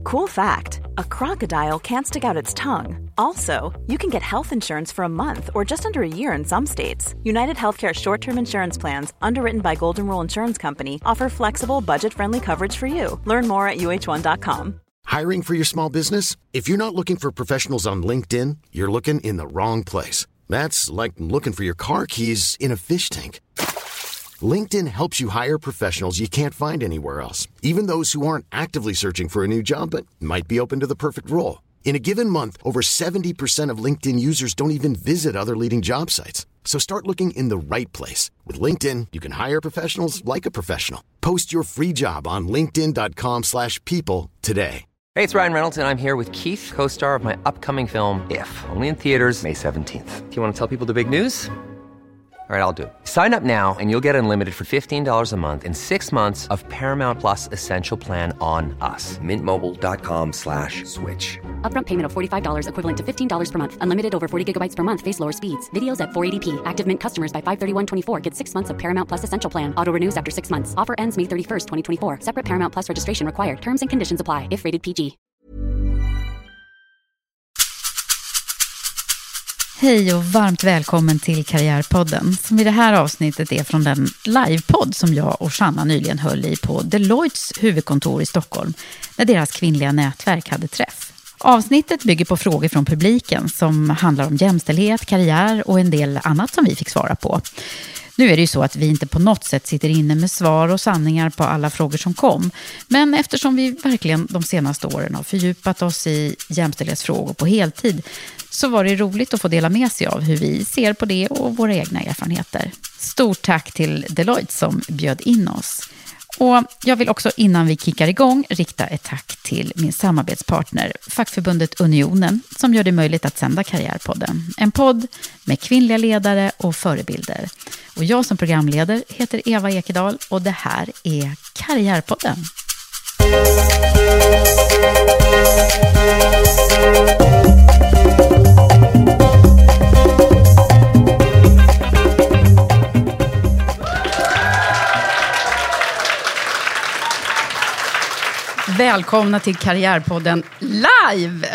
Cool fact, a crocodile can't stick out its tongue. Also, you can get health insurance for a month or just under a year in some states. United Healthcare short-term insurance plans, underwritten by Golden Rule Insurance Company, offer flexible, budget-friendly coverage for you. Learn more at uh1.com. Hiring for your small business? If you're not looking for professionals on LinkedIn, you're looking in the wrong place. That's like looking for your car keys in a fish tank. LinkedIn helps you hire professionals you can't find anywhere else, even those who aren't actively searching for a new job but might be open to the perfect role. In a given month, over 70% of LinkedIn users don't even visit other leading job sites. So start looking in the right place. With LinkedIn, you can hire professionals like a professional. Post your free job on linkedin.com/people today. Hey, it's Ryan Reynolds, and I'm here with Keith, co-star of my upcoming film, If, only in theaters May 17th. Do you want to tell people the big news? All right, I'll do it. Sign up now and you'll get unlimited for $15 a month and 6 months of Paramount Plus Essential Plan on us. MintMobile.com/switch. Upfront payment of $45 equivalent to $15 per month. Unlimited over 40 gigabytes per month. Face lower speeds. Videos at 480p. Active Mint customers by 531.24 get 6 months of Paramount Plus Essential Plan. Auto renews after 6 months. Offer ends May 31st, 2024. Separate Paramount Plus registration required. Terms and conditions apply if rated PG. Hej och varmt välkommen till Karriärpodden, som i det här avsnittet är från den livepodd som jag och Shanna nyligen höll i på Deloittes huvudkontor i Stockholm när deras kvinnliga nätverk hade träff. Avsnittet bygger på frågor från publiken som handlar om jämställdhet, karriär och en del annat som vi fick svara på. Nu är det ju så att vi inte på något sätt sitter inne med svar och sanningar på alla frågor som kom. Men eftersom vi verkligen de senaste åren har fördjupat oss i jämställdhetsfrågor på heltid, så var det roligt att få dela med sig av hur vi ser på det och våra egna erfarenheter. Stort tack till Deloitte som bjöd in oss. Och jag vill också innan vi kickar igång rikta ett tack till min samarbetspartner, fackförbundet Unionen, som gör det möjligt att sända Karriärpodden. En podd med kvinnliga ledare och förebilder. Och jag som programledare heter Eva Ekedal och det här är Karriärpodden. Välkomna till Karriärpodden live!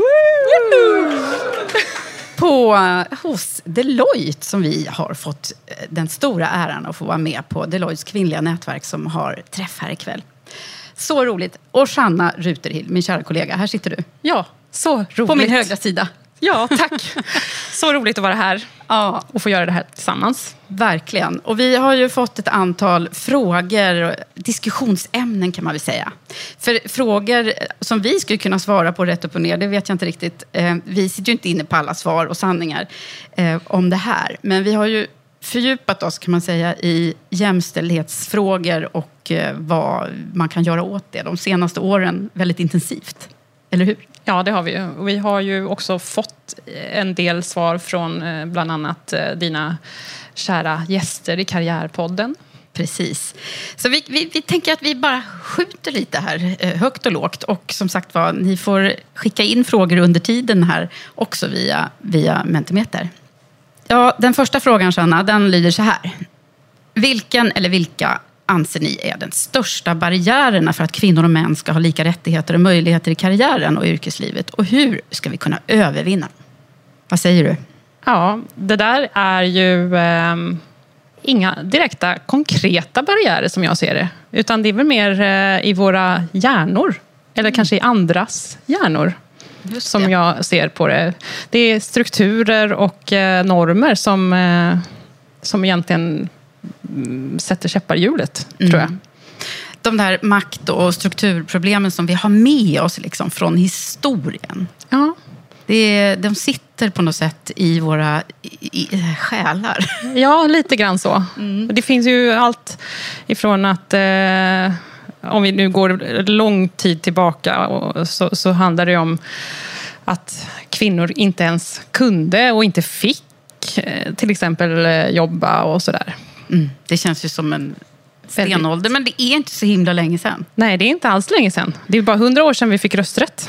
Hos Deloitte, som vi har fått den stora äran att få vara med på. Deloittes kvinnliga nätverk som har träff här ikväll. Så roligt. Och Shanna Ruterhill, min kära kollega, här sitter du. Ja, så roligt. På min högra sida. Ja, tack. Så roligt att vara här och få göra det här tillsammans. Verkligen. Och vi har ju fått ett antal frågor och diskussionsämnen kan man väl säga. För frågor som vi skulle kunna svara på rätt upp och ner, det vet jag inte riktigt. Vi sitter ju inte inne på alla svar och sanningar om det här. Men vi har ju fördjupat oss kan man säga i jämställdhetsfrågor och vad man kan göra åt det de senaste åren väldigt intensivt. Eller hur? Ja, det har vi ju. Vi har ju också fått en del svar från bland annat dina kära gäster i Karriärpodden. Precis. Så vi tänker att vi bara skjuter lite här högt och lågt. Och som sagt var, ni får skicka in frågor under tiden här också via Mentimeter. Ja, den första frågan, Shanna, den lyder så här. Vilken eller vilka anser ni är den största barriärerna för att kvinnor och män ska ha lika rättigheter och möjligheter i karriären och yrkeslivet? Och hur ska vi kunna övervinna? Vad säger du? Ja, det där är ju inga direkta konkreta barriärer som jag ser det. Utan det är väl mer i våra hjärnor. Eller kanske i andras hjärnor. Som jag ser på det. Det är strukturer och normer som egentligen sätter käppar i hjulet, tror jag. De där makt- och strukturproblemen som vi har med oss liksom, från historien. Ja. De sitter på något sätt i våra själar. Ja, lite grann så. Det finns ju allt ifrån att om vi nu går lång tid tillbaka så handlar det om att kvinnor inte ens kunde och inte fick till exempel jobba och sådär. Det känns ju som en stenålder, men det är inte så himla länge sedan. Nej, det är inte alls länge sedan. Det är bara 100 år sedan vi fick rösträtt.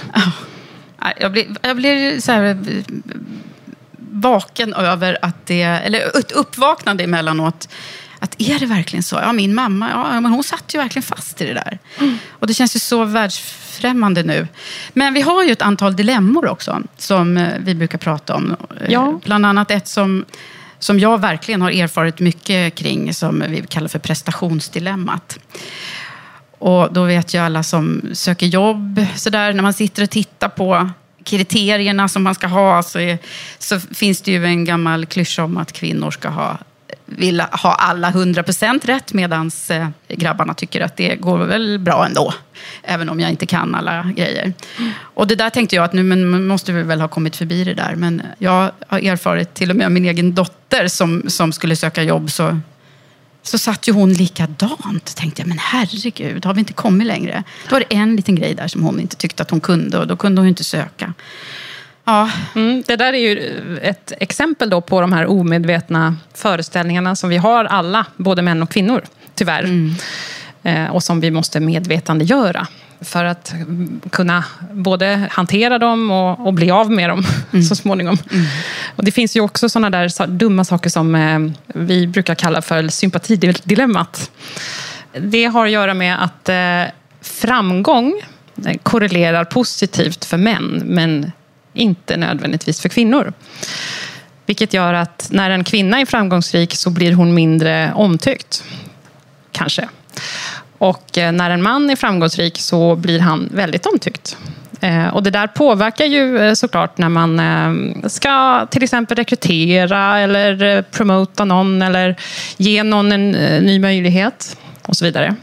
Jag blir så här vaken över att det, eller ett uppvaknande emellanåt, Att är det verkligen så? Ja, min mamma, men hon satt ju verkligen fast i det där. Och det känns ju så världsfrämmande nu. Men vi har ju ett antal dilemmor också som vi brukar prata om. Ja. Bland annat ett som jag verkligen har erfarit mycket kring, som vi kallar för prestationsdilemmat. Och då vet ju alla som söker jobb, så där, när man sitter och tittar på kriterierna som man ska ha, så finns det ju en gammal klyscha om att kvinnor ska vill ha alla 100% rätt, medan grabbarna tycker att det går väl bra ändå, även om jag inte kan alla grejer. Och det där tänkte jag att nu måste vi väl ha kommit förbi det där, men jag har erfarit till och med min egen dotter som skulle söka jobb, så satt ju hon likadant. Tänkte jag, men herregud, har vi inte kommit längre? Då var det en liten grej där som hon inte tyckte att hon kunde, och då kunde hon inte söka. Ja. Det där är ju ett exempel då på de här omedvetna föreställningarna som vi har alla, både män och kvinnor, tyvärr. Och som vi måste medvetandegöra för att kunna både hantera dem och bli av med dem så småningom. Och det finns ju också sådana där dumma saker som vi brukar kalla för sympatidilemmat. Det har att göra med att framgång korrelerar positivt för män, men inte nödvändigtvis för kvinnor. Vilket gör att när en kvinna är framgångsrik så blir hon mindre omtyckt. Kanske. Och när en man är framgångsrik så blir han väldigt omtyckt. Och det där påverkar ju såklart när man ska till exempel rekrytera eller promota någon eller ge någon en ny möjlighet och så vidare.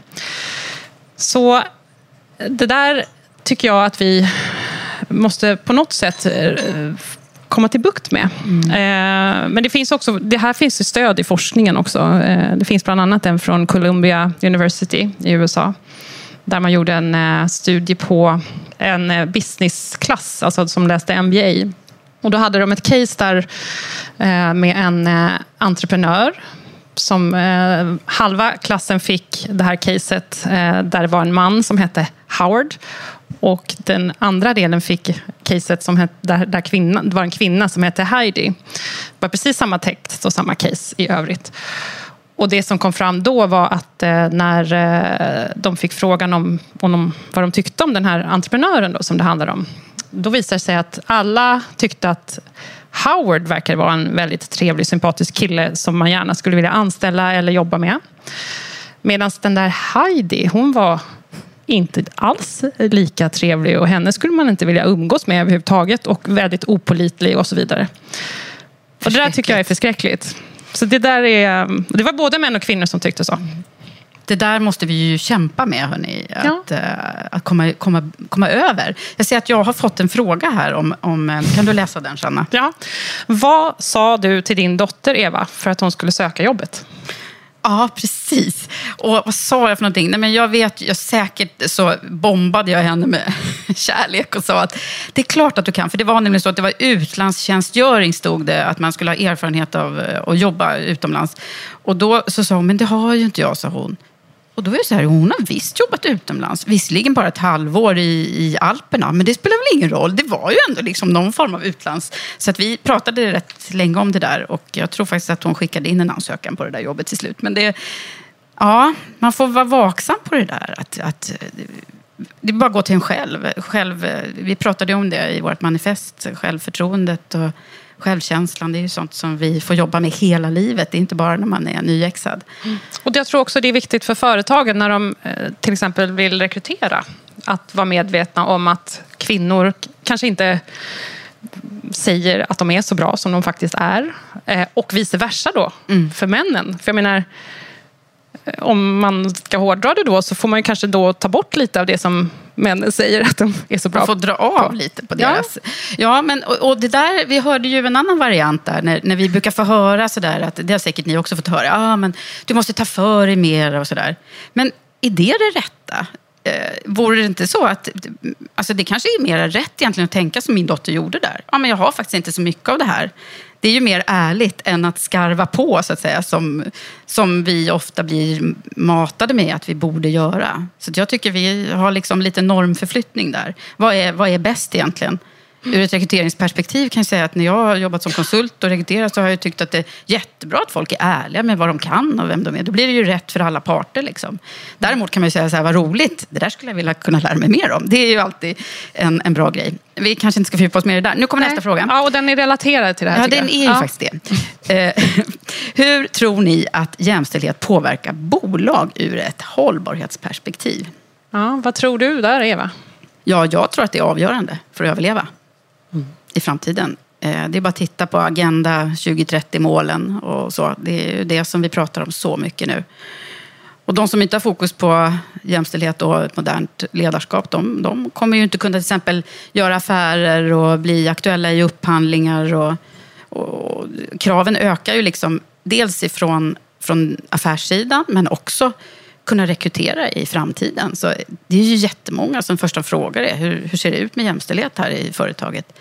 Så det där tycker jag att vi måste på något sätt komma till bukt med. Men det här finns ju stöd i forskningen också. Det finns bland annat en från Columbia University i USA, där man gjorde en studie på en businessklass, alltså som läste MBA. Och då hade de ett case där med en entreprenör som halva klassen fick det här caset, där det var en man som hette Howard. Och den andra delen fick caset som hette, där det var en kvinna som hette Heidi. Det var precis samma text och samma case i övrigt. Och det som kom fram då var att när de fick frågan om vad de tyckte om den här entreprenören då, som det handlar om. Då visade det sig att alla tyckte att Howard verkar vara en väldigt trevlig, sympatisk kille som man gärna skulle vilja anställa eller jobba med. Medan den där Heidi, hon var inte alls lika trevlig, och henne skulle man inte vilja umgås med överhuvudtaget, och väldigt opålitlig och så vidare. Och det där tycker jag är förskräckligt. Så det var både män och kvinnor som tyckte så. Det där måste vi ju kämpa med, hörni, att komma över. Jag ser att jag har fått en fråga här om kan du läsa den, Sanna? Ja. Vad sa du till din dotter Eva för att hon skulle söka jobbet? Ja, precis. Och vad sa jag för någonting? Nej, men jag säkert så bombade jag henne med kärlek och sa att det är klart att du kan. För det var nämligen så att det var utlandstjänstgöring, stod det, att man skulle ha erfarenhet av att jobba utomlands. Och då så sa hon, men det har ju inte jag, sa hon. Och då är det så här, hon har visst jobbat utomlands. Visserligen bara ett halvår i Alperna, men det spelar väl ingen roll. Det var ju ändå liksom någon form av utlands. Så att vi pratade rätt länge om det där. Och jag tror faktiskt att hon skickade in en ansökan på det där jobbet till slut. Men man får vara vaksam på det där. Det är bara att gå till en själv. Vi pratade om det i vårt manifest. Självförtroendet och självkänslan, det är ju sånt som vi får jobba med hela livet. Det är inte bara när man är nyexad. Och jag tror också det är viktigt för företagen när de till exempel vill rekrytera, att vara medvetna om att kvinnor kanske inte säger att de är så bra som de faktiskt är. Och vice versa då, för männen. För jag menar, om man ska hårdra det då, så får man ju kanske då ta bort lite av det som männen säger att de är så bra. Man får dra av lite på deras. Ja, men och det där, vi hörde ju en annan variant där, när vi brukar få höra sådär, att det har säkert ni också fått höra, men du måste ta för dig mer och sådär. Men är det rätta? Vore det inte så att, alltså det kanske är mer rätt egentligen att tänka som min dotter gjorde där. Ja, men jag har faktiskt inte så mycket av det här. Det är ju mer ärligt än att skarva på, så att säga, som vi ofta blir matade med att vi borde göra. Så jag tycker vi har liksom lite normförflyttning där. Vad är bäst egentligen? Ur ett rekryteringsperspektiv kan jag säga att när jag har jobbat som konsult och rekryterat så har jag tyckt att det är jättebra att folk är ärliga med vad de kan och vem de är. Då blir det ju rätt för alla parter liksom. Däremot kan man ju säga så här, vad roligt, det där skulle jag vilja kunna lära mig mer om. Det är ju alltid en bra grej. Vi kanske inte ska fördjupa oss mer i det där. Nu kommer nästa fråga. Ja, och den är relaterad till det här. Ja, den är ju faktiskt det. Hur tror ni att jämställdhet påverkar bolag ur ett hållbarhetsperspektiv? Ja, vad tror du där, Eva? Ja, jag tror att det är avgörande för att överleva i framtiden. Det är bara att titta på Agenda 2030-målen och så. Det är ju det som vi pratar om så mycket nu. Och de som inte har fokus på jämställdhet och ett modernt ledarskap, de kommer ju inte kunna till exempel göra affärer och bli aktuella i upphandlingar. Och kraven ökar ju liksom dels från affärssidan men också kunna rekrytera i framtiden. Så det är ju jättemånga som första frågar är hur ser det ut med jämställdhet här i företaget?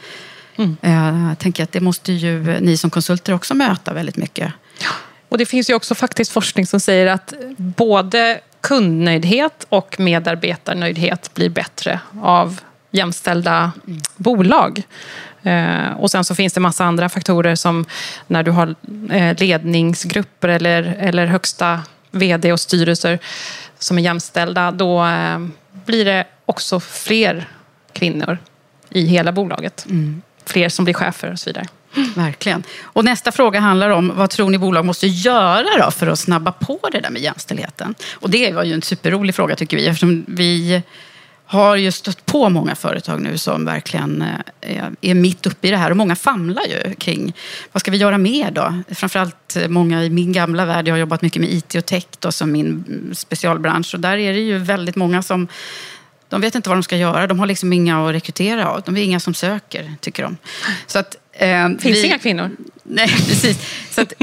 Jag tänker att det måste ju ni som konsulter också möta väldigt mycket. Ja. Och det finns ju också faktiskt forskning som säger att både kundnöjdhet och medarbetarnöjdhet blir bättre av jämställda bolag. Och sen så finns det massa andra faktorer som när du har ledningsgrupper eller högsta vd och styrelser som är jämställda, då blir det också fler kvinnor i hela bolaget. Fler som blir chefer och så vidare. Verkligen. Och nästa fråga handlar om vad tror ni bolag måste göra då för att snabba på det där med jämställdheten? Och det var ju en superrolig fråga tycker vi, eftersom vi har ju stött på många företag nu som verkligen är mitt uppe i det här. Och många famlar ju kring, vad ska vi göra mer då? Framförallt många i min gamla värld, jag har jobbat mycket med IT och tech då, som min specialbransch. Och där är det ju väldigt många som, de vet inte vad de ska göra. De har liksom inga att rekrytera av. De är inga som söker, tycker de. Så att, finns inga kvinnor? Nej, precis. Så att,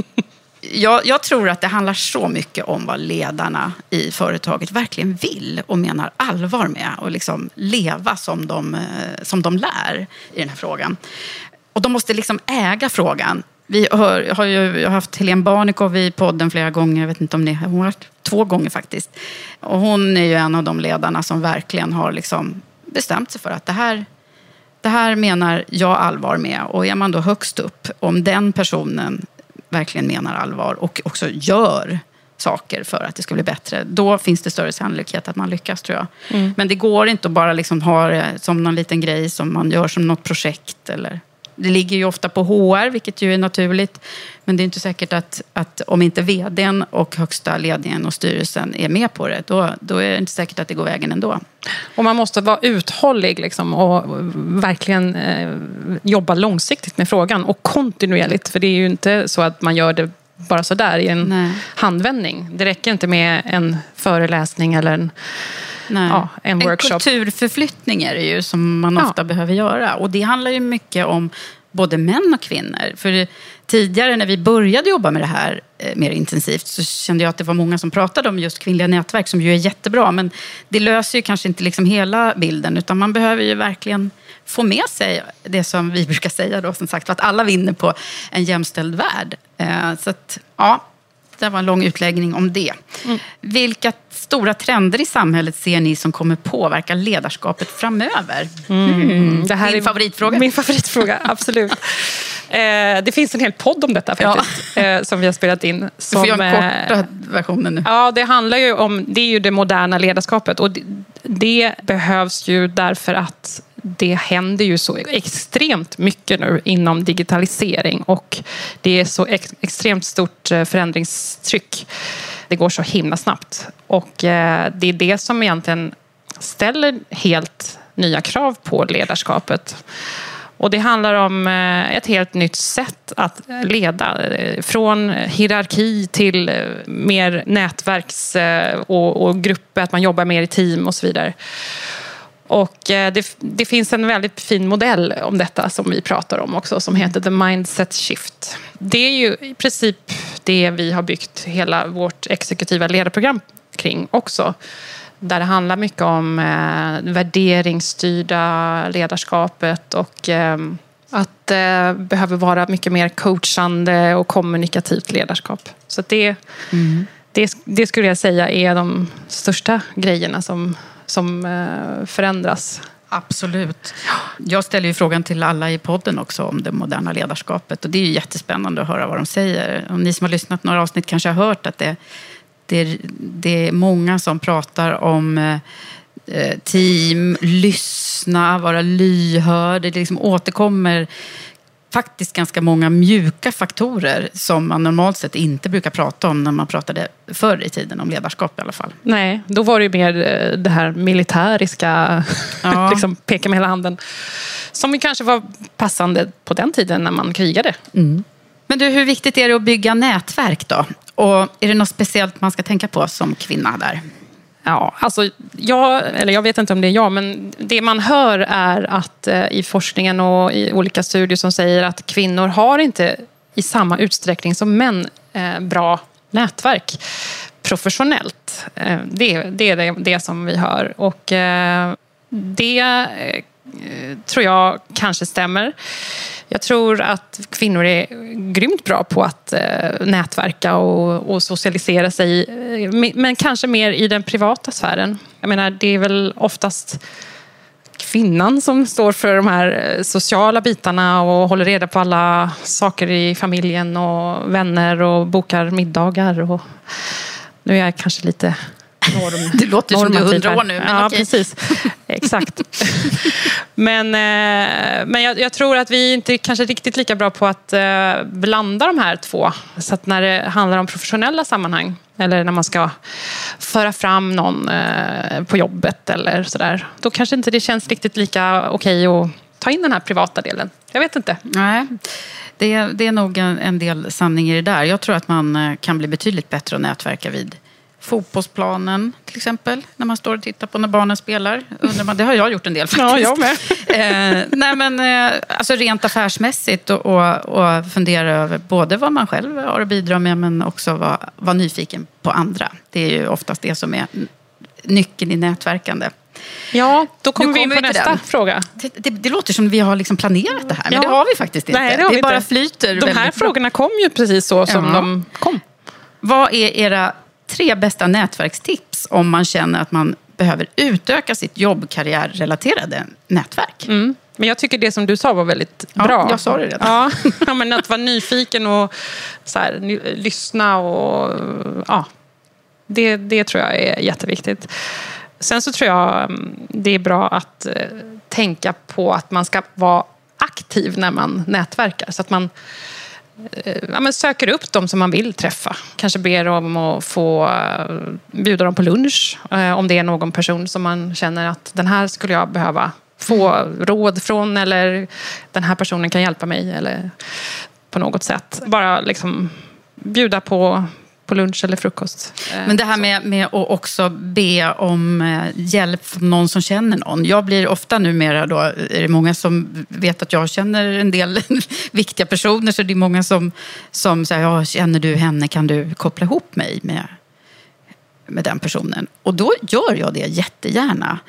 jag tror att det handlar så mycket om vad ledarna i företaget verkligen vill och menar allvar med och liksom leva som de lär i den här frågan. Och de måste liksom äga frågan. Jag har haft Helene Barnekow i podden flera gånger, jag vet inte om ni hon har varit 2 gånger faktiskt. Och hon är ju en av de ledarna som verkligen har liksom bestämt sig för att det här menar jag allvar med. Och är man då högst upp, om den personen verkligen menar allvar och också gör saker för att det ska bli bättre, då finns det större sannolikhet att man lyckas, tror jag. Men det går inte att bara liksom ha det som någon liten grej som man gör som något projekt. Eller det ligger ju ofta på HR, vilket ju är naturligt. Men det är inte säkert att om inte vdn och högsta ledningen och styrelsen är med på det, då är det inte säkert att det går vägen ändå. Och man måste vara uthållig liksom, och verkligen jobba långsiktigt med frågan och kontinuerligt. För det är ju inte så att man gör det bara så där i en handvändning. Det räcker inte med en föreläsning eller en workshop. En kulturförflyttning är det ju som man ofta behöver göra. Och det handlar ju mycket om både män och kvinnor. För tidigare när vi började jobba med det här mer intensivt så kände jag att det var många som pratade om just kvinnliga nätverk som ju är jättebra. Men det löser ju kanske inte liksom hela bilden, utan man behöver ju verkligen få med sig det som vi brukar säga då, som sagt, att alla vinner på en jämställd värld. Så att, det var en lång utläggning om det. Vilka stora trender i samhället ser ni som kommer påverka ledarskapet framöver? Det här är favoritfråga. Min favoritfråga, absolut. Det finns en hel podd om detta faktiskt, som vi har spelat in. Som, du får göra en korta versionen nu. Ja, det handlar ju om, det är ju det moderna ledarskapet. Och det behövs ju därför att det händer ju så extremt mycket nu inom digitalisering och det är så extremt stort förändringstryck. Det går så himla snabbt och det är det som egentligen ställer helt nya krav på ledarskapet. Och det handlar om ett helt nytt sätt att leda. Från hierarki till mer nätverks- och grupper, att man jobbar mer i team och så vidare. Och det finns en väldigt fin modell om detta som vi pratar om också, som heter The Mindset Shift. Det är ju i princip det vi har byggt hela vårt exekutiva ledarprogram kring också. Där det handlar mycket om värderingsstyrda ledarskapet och att det behöver vara mycket mer coachande och kommunikativt ledarskap. Så att det skulle jag säga är de största grejerna som förändras Absolut. Jag ställer ju frågan till alla i podden också om det moderna ledarskapet. Och det är ju jättespännande att höra vad de säger. Och ni som har lyssnat några avsnitt kanske har hört att det är många som pratar om team, lyssna, vara lyhörd. Det liksom återkommer faktiskt ganska många mjuka faktorer som man normalt sett inte brukar prata om när man pratade förr i tiden om ledarskap i alla fall. Nej, då var det ju mer det här militäriska, liksom peka med hela handen, som ju kanske var passande på den tiden när man krigade. Mm. Men du, hur viktigt är det att bygga nätverk då? Och är det något speciellt man ska tänka på som kvinna där? Ja, alltså jag vet inte om det är jag, men det man hör är att i forskningen och i olika studier som säger att kvinnor har inte i samma utsträckning som män bra nätverk professionellt. Det är det som vi hör. Och det tror jag kanske stämmer. Jag tror att kvinnor är grymt bra på att nätverka och socialisera sig, men kanske mer i den privata sfären. Jag menar, det är väl oftast kvinnan som står för de här sociala bitarna och håller reda på alla saker i familjen och vänner och bokar middagar. Och nu är jag kanske lite det låter som du är 100 år nu. Men ja, okej. Precis. Exakt. Men jag tror att vi inte är kanske riktigt lika bra på att blanda de här två. Så att när det handlar om professionella sammanhang eller när man ska föra fram någon på jobbet eller sådär, då kanske inte det känns riktigt lika okej att ta in den här privata delen. Jag vet inte. Nej, det är nog en del sanning i det där. Jag tror att man kan bli betydligt bättre att nätverka vid fotbollsplanen till exempel, när man står och tittar på när barnen spelar. Det har jag gjort en del faktiskt. Ja, jag med. Alltså rent affärsmässigt och fundera över både vad man själv har att bidra med, men också vara nyfiken på andra. Det är ju oftast det som är nyckeln i nätverkande. Ja, då kommer vi in på nästa fråga. Det låter som vi har liksom planerat det här, men det har vi faktiskt inte. Nej, det bara flyter. De här frågorna kom ju precis så som de kom. Vad är era 3 bästa nätverkstips om man känner att man behöver utöka sitt jobbkarriärrelaterade nätverk? Mm. Men jag tycker det som du sa var väldigt bra. Jag sa det redan. Ja, men att vara nyfiken och så här, lyssna och det tror jag är jätteviktigt. Sen så tror jag det är bra att tänka på att man ska vara aktiv när man nätverkar. Så att man söker upp dem som man vill träffa. Kanske ber om att få bjuda dem på lunch. Om det är någon person som man känner att den här skulle jag behöva få råd från, eller den här personen kan hjälpa mig, eller på något sätt. Bara liksom bjuda på lunch eller frukost. Men det här med att också be om hjälp från någon som känner någon. Jag blir ofta numera då, är det många som vet att jag känner en del viktiga personer, så det är många som säger, ja, känner du henne, kan du koppla ihop mig med den personen? Och då gör jag det jättegärna.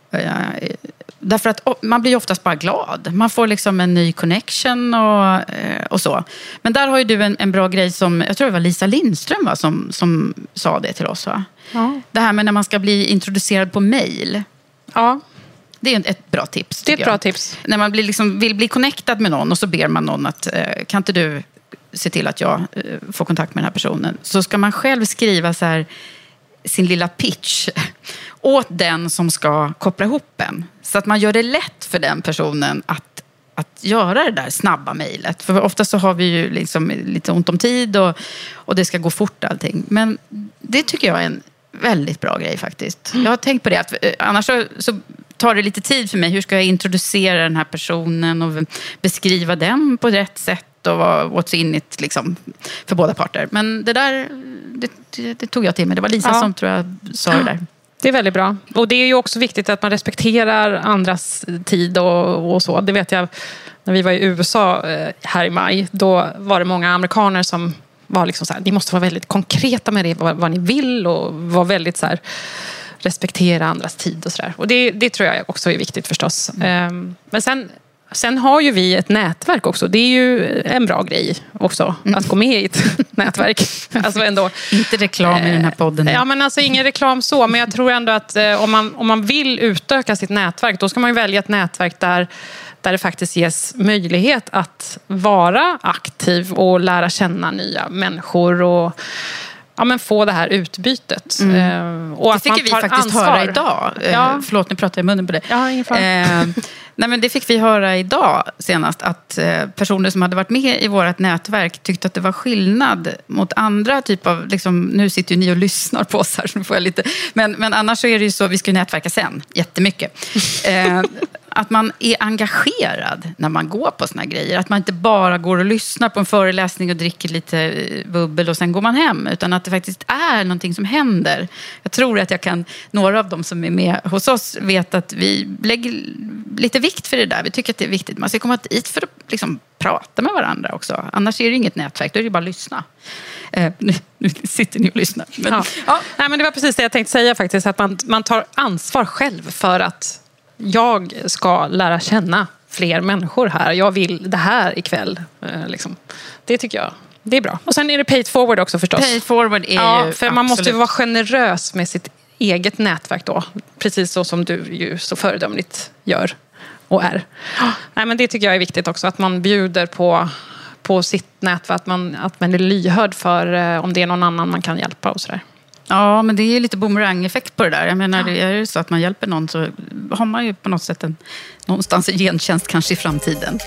Därför att man blir oftast bara glad. Man får liksom en ny connection och så. Men där har ju du en bra grej som, jag tror det var Lisa Lindström som sa det till oss, va? Ja. Det här med när man ska bli introducerad på mail. Ja. Det är ett bra tips. Det är ett bra tips. När man vill bli connectad med någon och så ber man någon att kan inte du se till att jag får kontakt med den här personen. Så ska man själv skriva så här sin lilla pitch åt den som ska koppla ihop en. Så att man gör det lätt för den personen att göra det där snabba mejlet. För ofta så har vi ju liksom lite ont om tid och det ska gå fort allting. Men det tycker jag är en väldigt bra grej faktiskt. Jag har tänkt på det, att annars så tar det lite tid för mig. Hur ska jag introducera den här personen och beskriva den på rätt sätt och what's in it liksom, för båda parter. Men det där, det tog jag till mig. Det var Lisa som tror jag sa det där. Det är väldigt bra. Och det är ju också viktigt att man respekterar andras tid och så. Det vet jag när vi var i USA här i maj. Då var det många amerikaner som var liksom så här, ni måste vara väldigt konkreta med det, vad ni vill, och vara väldigt så här, respektera andras tid och sådär. Och det tror jag också är viktigt förstås. Men sen Sen har ju vi ett nätverk också. Det är ju en bra grej också. Att gå med i ett nätverk. Alltså ändå, inte reklam i den här podden. Ja, men alltså ingen reklam så. Men jag tror ändå att om man vill utöka sitt nätverk, då ska man ju välja ett nätverk där det faktiskt ges möjlighet att vara aktiv och lära känna nya människor och få det här utbytet. Och det fick vi faktiskt ansvar. Höra idag. Ja. Förlåt, nu pratar jag i munnen på det. Ja, ingen fara. Nej, men det fick vi höra idag senast, att personer som hade varit med i vårt nätverk tyckte att det var skillnad mot andra typ av, liksom, nu sitter ju ni och lyssnar på oss här så nu får jag lite, men annars så är det ju så, vi ska ju nätverka sen, jättemycket. Att man är engagerad när man går på såna grejer. Att man inte bara går och lyssnar på en föreläsning och dricker lite bubbel och sen går man hem. Utan att det faktiskt är någonting som händer. Jag tror att några av dem som är med hos oss vet att vi lägger lite vikt för det där. Vi tycker att det är viktigt. Man ska komma dit för att liksom prata med varandra också. Annars är det inget nätverk, då är det bara att lyssna. Nu sitter ni och lyssnar. Men, Nej, men det var precis det jag tänkte säga faktiskt. Att man tar ansvar själv för att jag ska lära känna fler människor här. Jag vill det här ikväll. Liksom. Det tycker jag. Det är bra. Och sen är det pay it forward också förstås. Pay it forward är ju för man måste ju vara generös med sitt eget nätverk då. Precis så som du ju så föredömligt gör och är. Nej, men det tycker jag är viktigt också. Att man bjuder på sitt nätverk. Att man är lyhörd för om det är någon annan man kan hjälpa och sådär. Ja, men det är lite boomerang-effekt på det där. Jag menar, är det så att man hjälper någon så har man ju på något sätt någonstans en gentjänst kanske i framtiden.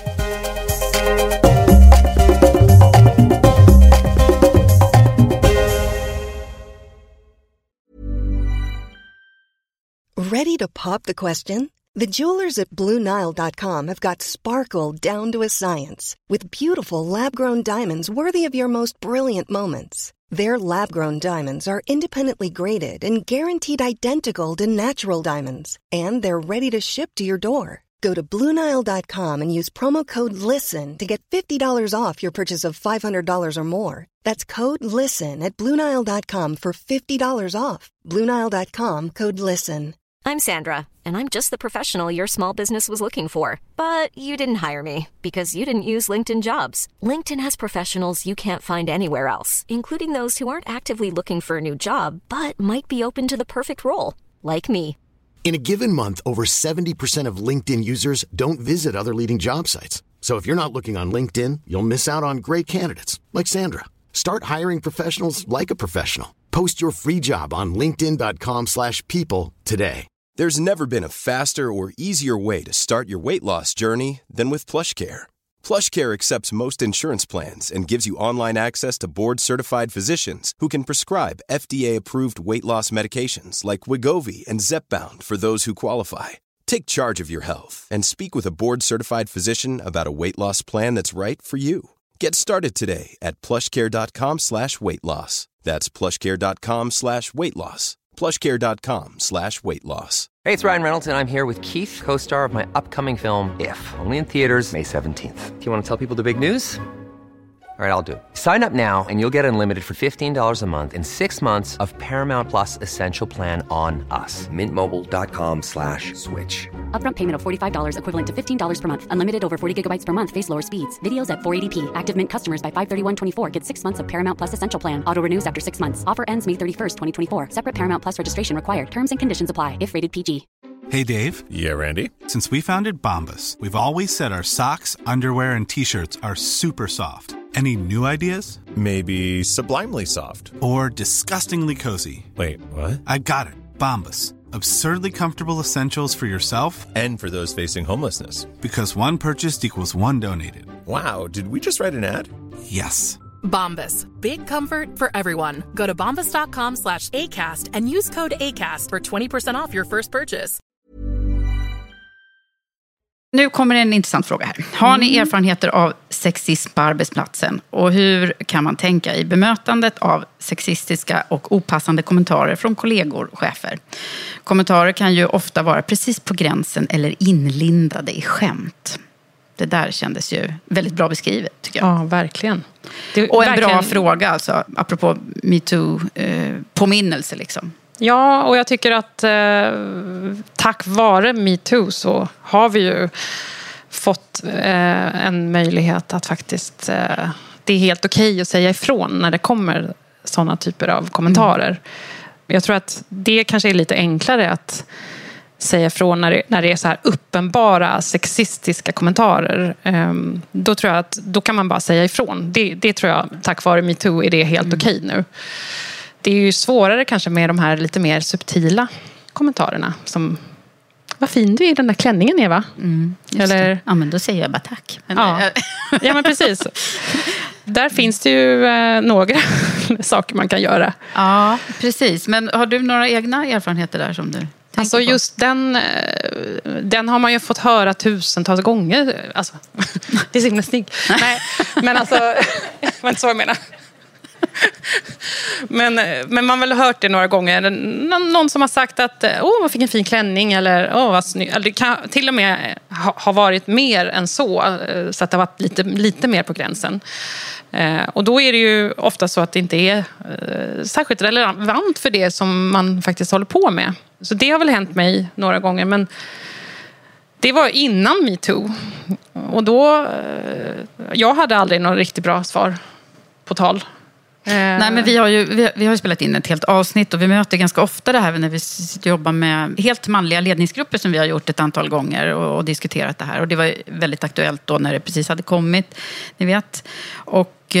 Ready to pop the question? The jewelers at BlueNile.com have got sparkle down to a science with beautiful lab-grown diamonds worthy of your most brilliant moments. Their lab-grown diamonds are independently graded and guaranteed identical to natural diamonds. And they're ready to ship to your door. Go to BlueNile.com and use promo code LISTEN to get $50 off your purchase of $500 or more. That's code LISTEN at BlueNile.com for $50 off. BlueNile.com, code LISTEN. I'm Sandra, and I'm just the professional your small business was looking for. But you didn't hire me because you didn't use LinkedIn Jobs. LinkedIn has professionals you can't find anywhere else, including those who aren't actively looking for a new job, but might be open to the perfect role, like me. In a given month, over 70% of LinkedIn users don't visit other leading job sites. So if you're not looking on LinkedIn, you'll miss out on great candidates like Sandra. Start hiring professionals like a professional. Post your free job on linkedin.com/people today. There's never been a faster or easier way to start your weight loss journey than with PlushCare. PlushCare accepts most insurance plans and gives you online access to board-certified physicians who can prescribe FDA-approved weight loss medications like Wegovy and Zepbound for those who qualify. Take charge of your health and speak with a board-certified physician about a weight loss plan that's right for you. Get started today at plushcare.com/weightloss. That's plushcare.com/weightloss. plushcare.com/weightloss. Hey, it's Ryan Reynolds, and I'm here with Keith, co-star of my upcoming film, If, only in theaters May 17th. Do you want to tell people the big news? All right, I'll do it. Sign up now and you'll get unlimited for $15 a month and 6 months of Paramount Plus Essential Plan on us. Mintmobile.com/switch. Upfront payment of $45 equivalent to $15 per month. Unlimited over 40 gigabytes per month. Face lower speeds. Videos at 480p. Active Mint customers by 531.24 get 6 months of Paramount Plus Essential Plan. Auto renews after 6 months. Offer ends May 31st, 2024. Separate Paramount Plus registration required. Terms and conditions apply if rated PG. Hey, Dave. Yeah, Randy. Since we founded Bombas, we've always said our socks, underwear, and T-shirts are super soft. Any new ideas? Maybe sublimely soft. Or disgustingly cozy. Wait, what? I got it. Bombas. Absurdly comfortable essentials for yourself and for those facing homelessness. Because one purchased equals one donated. Wow, did we just write an ad? Yes. Bombas. Big comfort for everyone. Go to bombas.com/ACAST and use code ACAST for 20% off your first purchase. Nu kommer en intressant fråga här. Har ni erfarenheter av sexism på arbetsplatsen? Och hur kan man tänka i bemötandet av sexistiska och opassande kommentarer från kollegor och chefer? Kommentarer kan ju ofta vara precis på gränsen eller inlindade i skämt. Det där kändes ju väldigt bra beskrivet, tycker jag. Ja, verkligen. Och en bra fråga, alltså, apropå MeToo-påminnelse liksom. Ja, och jag tycker att tack vare MeToo så har vi ju fått en möjlighet att faktiskt... det är helt okej att säga ifrån när det kommer sådana typer av kommentarer. Jag tror att det kanske är lite enklare att säga ifrån när det är så här uppenbara sexistiska kommentarer. Då tror jag att då kan man bara säga ifrån. Det tror jag, tack vare MeToo, är det helt okej nu. Det är ju svårare kanske med de här lite mer subtila kommentarerna. Som, vad fin du är i den där klänningen, Eva. Eller, ja, men då säger jag bara tack. Ja, men precis. Där finns det ju några saker man kan göra. Ja, precis. Men har du några egna erfarenheter där som du... Alltså just den har man ju fått höra tusentals gånger. Alltså, det är så himla snygg. Nej, men alltså, det var inte så jag menar. Men man har väl hört det några gånger. Någon som har sagt att vad fick en fin klänning, eller vad snygg. Eller det kan till och med ha varit mer än så att det har varit lite mer på gränsen. Och då är det ju ofta så att det inte är särskilt relevant för det som man faktiskt håller på med. Så det har väl hänt mig några gånger, men det var innan MeToo. Och då, jag hade aldrig något riktigt bra svar på tal. Nej, men vi har ju spelat in ett helt avsnitt och vi möter ganska ofta det här när vi jobbar med helt manliga ledningsgrupper som vi har gjort ett antal gånger och diskuterat det här. Och det var väldigt aktuellt då när det precis hade kommit, ni vet. Och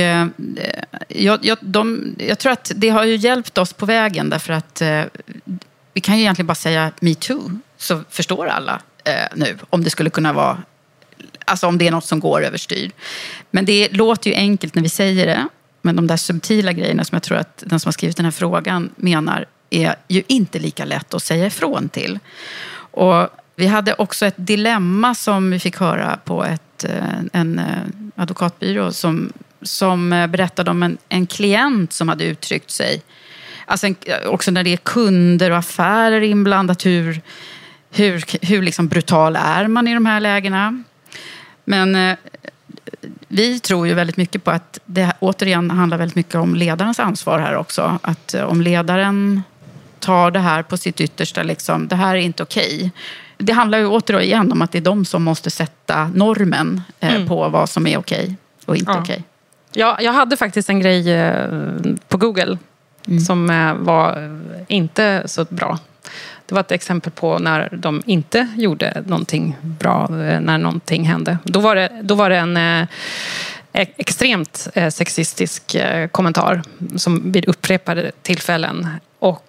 jag tror att det har ju hjälpt oss på vägen, därför att vi kan ju egentligen bara säga MeToo, så förstår alla nu om det skulle kunna vara, alltså om det är något som går överstyr. Men det låter ju enkelt när vi säger det. Men de där subtila grejerna som jag tror att den som har skrivit den här frågan menar är ju inte lika lätt att säga ifrån till. Och vi hade också ett dilemma som vi fick höra på en advokatbyrå som berättade om en klient som hade uttryckt sig. Alltså också när det är kunder och affärer inblandat, hur liksom brutal är man i de här lägena. Men vi tror ju väldigt mycket på att det återigen handlar väldigt mycket om ledarens ansvar här också. Att om ledaren tar det här på sitt yttersta, liksom, det här är inte okej. Det handlar ju återigen om att det är de som måste sätta normen på vad som är okej och inte okej. Ja, jag hade faktiskt en grej på Google som var inte så bra. Det var ett exempel på när de inte gjorde någonting bra, när någonting hände. Då var det en extremt sexistisk kommentar som vid upprepade tillfällen. Och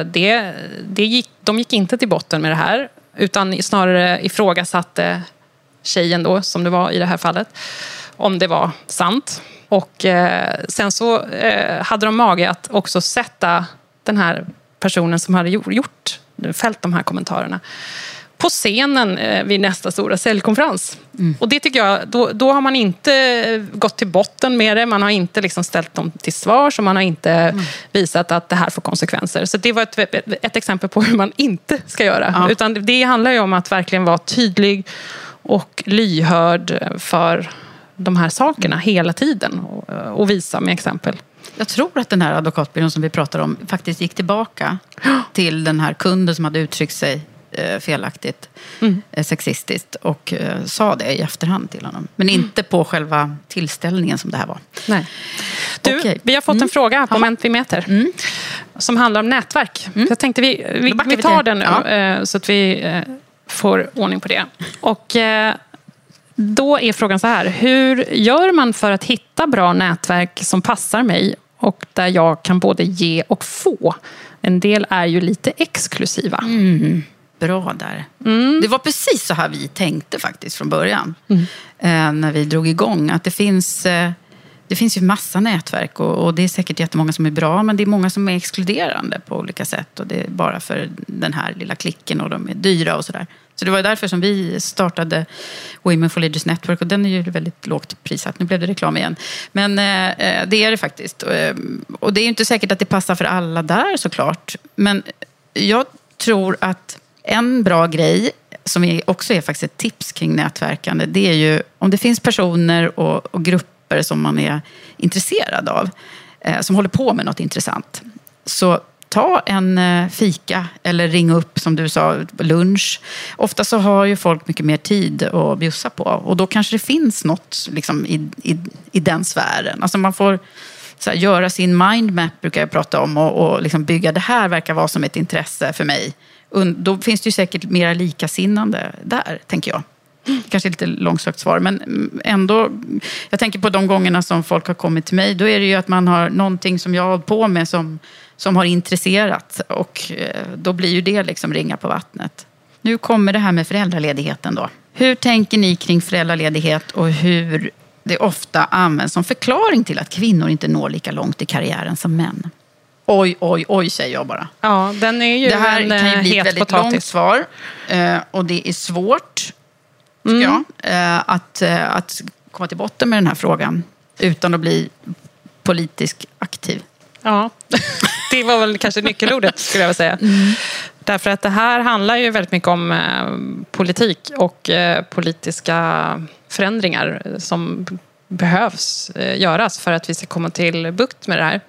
de gick inte till botten med det här, utan snarare ifrågasatte tjejen då, som det var i det här fallet, om det var sant. Och sen så hade de mage att också sätta den här personen som hade fällt de här kommentarerna på scenen vid nästa stora säljkonferens. Och det tycker jag, då har man inte gått till botten med det. Man har inte liksom ställt dem till svar, så man har inte visat att det här får konsekvenser. Så det var ett exempel på hur man inte ska göra. Ja. Utan det handlar ju om att verkligen vara tydlig och lyhörd för de här sakerna hela tiden och visa med exempel. Jag tror att den här advokatbyrån som vi pratar om faktiskt gick tillbaka till den här kunden som hade uttryckt sig felaktigt, sexistiskt, och sa det i efterhand till honom. Men inte på själva tillställningen som det här var. Nej. Du, vi har fått en fråga på Mentimeter som handlar om nätverk. Jag tänkte vi tar den nu så att vi får ordning på det. Och då är frågan så här: hur gör man för att hitta bra nätverk som passar mig och där jag kan både ge och få? En del är ju lite exklusiva. Bra där. Det var precis så här vi tänkte faktiskt från början. När vi drog igång. Att det finns ju massa nätverk och det är säkert jättemånga som är bra, men det är många som är exkluderande på olika sätt. Och det är bara för den här lilla klicken och de är dyra och sådär. Så det var därför som vi startade Women for Leaders Network, och den är ju väldigt lågt prissatt. Nu blev det reklam igen. Men det är det faktiskt. Och det är ju inte säkert att det passar för alla där såklart. Men jag tror att en bra grej som också är faktiskt ett tips kring nätverkande, det är ju om det finns personer och grupper som man är intresserad av, som håller på med något intressant, så ta en fika eller ringa upp, som du sa, lunch. Ofta så har ju folk mycket mer tid att bjussa på. Och då kanske det finns något liksom, i den sfären. Alltså man får så här, göra sin mindmap, brukar jag prata om. Och liksom bygga, det här verkar vara som ett intresse för mig. Då finns det ju säkert mera likasinnande där, tänker jag. Kanske lite långsökt svar, men ändå, jag tänker på de gångerna som folk har kommit till mig, då är det ju att man har någonting som jag har hållit på med som har intresserat, och då blir ju det liksom ringa på vattnet. Nu kommer det här med föräldraledigheten då. Hur tänker ni kring föräldraledighet och hur det ofta används som förklaring till att kvinnor inte når lika långt i karriären som män? Oj, säger jag bara. Ja, den är ju det här en kan ju bli ett väldigt potatis. långt svar, och det är svårt, tycker jag, att komma till botten med den här frågan utan att bli politisk aktiv. Ja, det var väl kanske nyckelordet, skulle jag vilja säga. Därför att det här handlar ju väldigt mycket om politik och politiska förändringar som behövs göras för att vi ska komma till bukt med det här.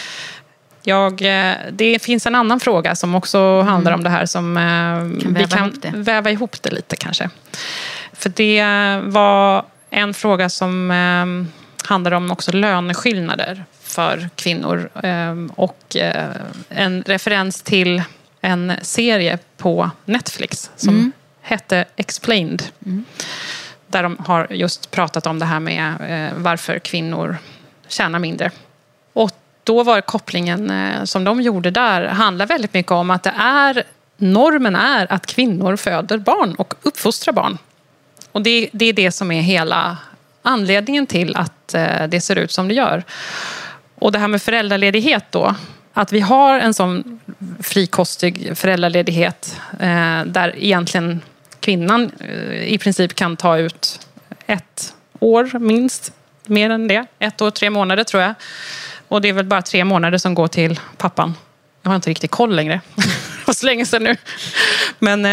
Det finns en annan fråga som också handlar om det här, som vi kan väva ihop det lite kanske. För det var en fråga som handlar om också löneskillnader för kvinnor, och en referens till en serie på Netflix som hette Explained. Där de har just pratat om det här med varför kvinnor tjänar mindre. Och då var kopplingen som de gjorde där handlar väldigt mycket om att normen är att kvinnor föder barn och uppfostrar barn. Och det är det som är hela anledningen till att det ser ut som det gör. Och det här med föräldraledighet då, att vi har en sån frikostig föräldraledighet där egentligen kvinnan i princip kan ta ut 1 år minst, mer än det. 1 år, 3 månader tror jag. Och det är väl bara 3 månader som går till pappan. Jag har inte riktigt koll längre. Det var så länge sedan nu. Men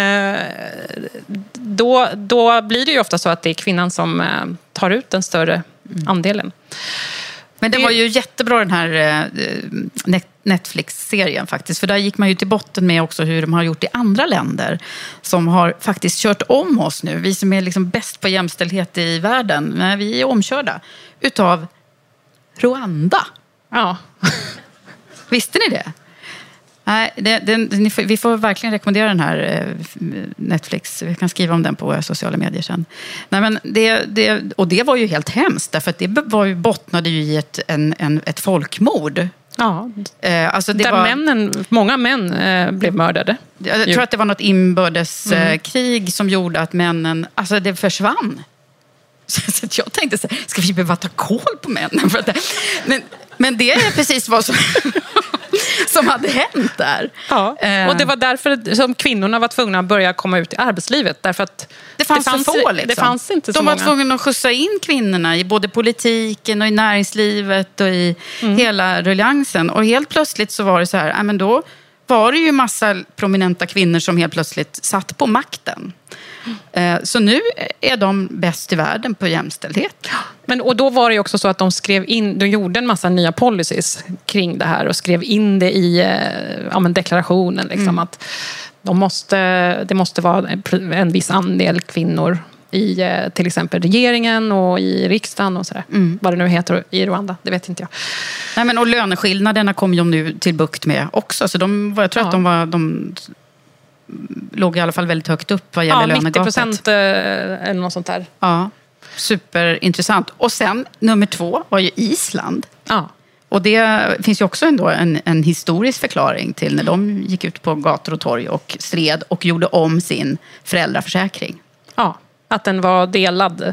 då blir det ju ofta så att det är kvinnan som tar ut den större andelen. Men det var ju jättebra den här Netflix-serien faktiskt. För där gick man ju till botten med också hur de har gjort i andra länder. Som har faktiskt kört om oss nu. Vi som är liksom bäst på jämställdhet i världen. Men vi är omkörda utav Rwanda. Ja. Visste ni det? Nej, vi får verkligen rekommendera den här Netflix. Vi kan skriva om den på våra sociala medier sen. Nej, men det var ju helt hemskt. Därför att det bottnade ju i ett folkmord. Ja, alltså många män blev mördade. Jag tror att det var något inbördeskrig som gjorde att männen, alltså det försvann. Så jag tänkte så här, ska vi behöva ta koll på männen? Men det är precis vad som hade hänt där. Ja, och det var därför som kvinnorna var tvungna att börja komma ut i arbetslivet. Därför att det fanns för få. Liksom. Det fanns inte så De var många. tvungna att skjutsa in kvinnorna i både politiken och i näringslivet och i hela ruljansen. Och helt plötsligt så var det så här, men då var det ju massa prominenta kvinnor som helt plötsligt satt på makten. Så nu är de bäst i världen på jämställdhet. Och då var det ju också så att de gjorde en massa nya policies kring det här och skrev in det i deklarationen liksom, att det måste vara en viss andel kvinnor i till exempel regeringen och i riksdagen och sådär. Vad det nu heter i Rwanda, det vet inte jag. Nej, men och löneskillnaderna kom ju nu till bukt med också. Så jag tror att de låg i alla fall väldigt högt upp vad gäller lönegapet. 90% eller något sånt där. Ja, superintressant. Och sen nummer 2 var ju Island. Ja. Och det finns ju också ändå en historisk förklaring till när de gick ut på gator och torg och stred och gjorde om sin föräldraförsäkring. Ja, att den var delad.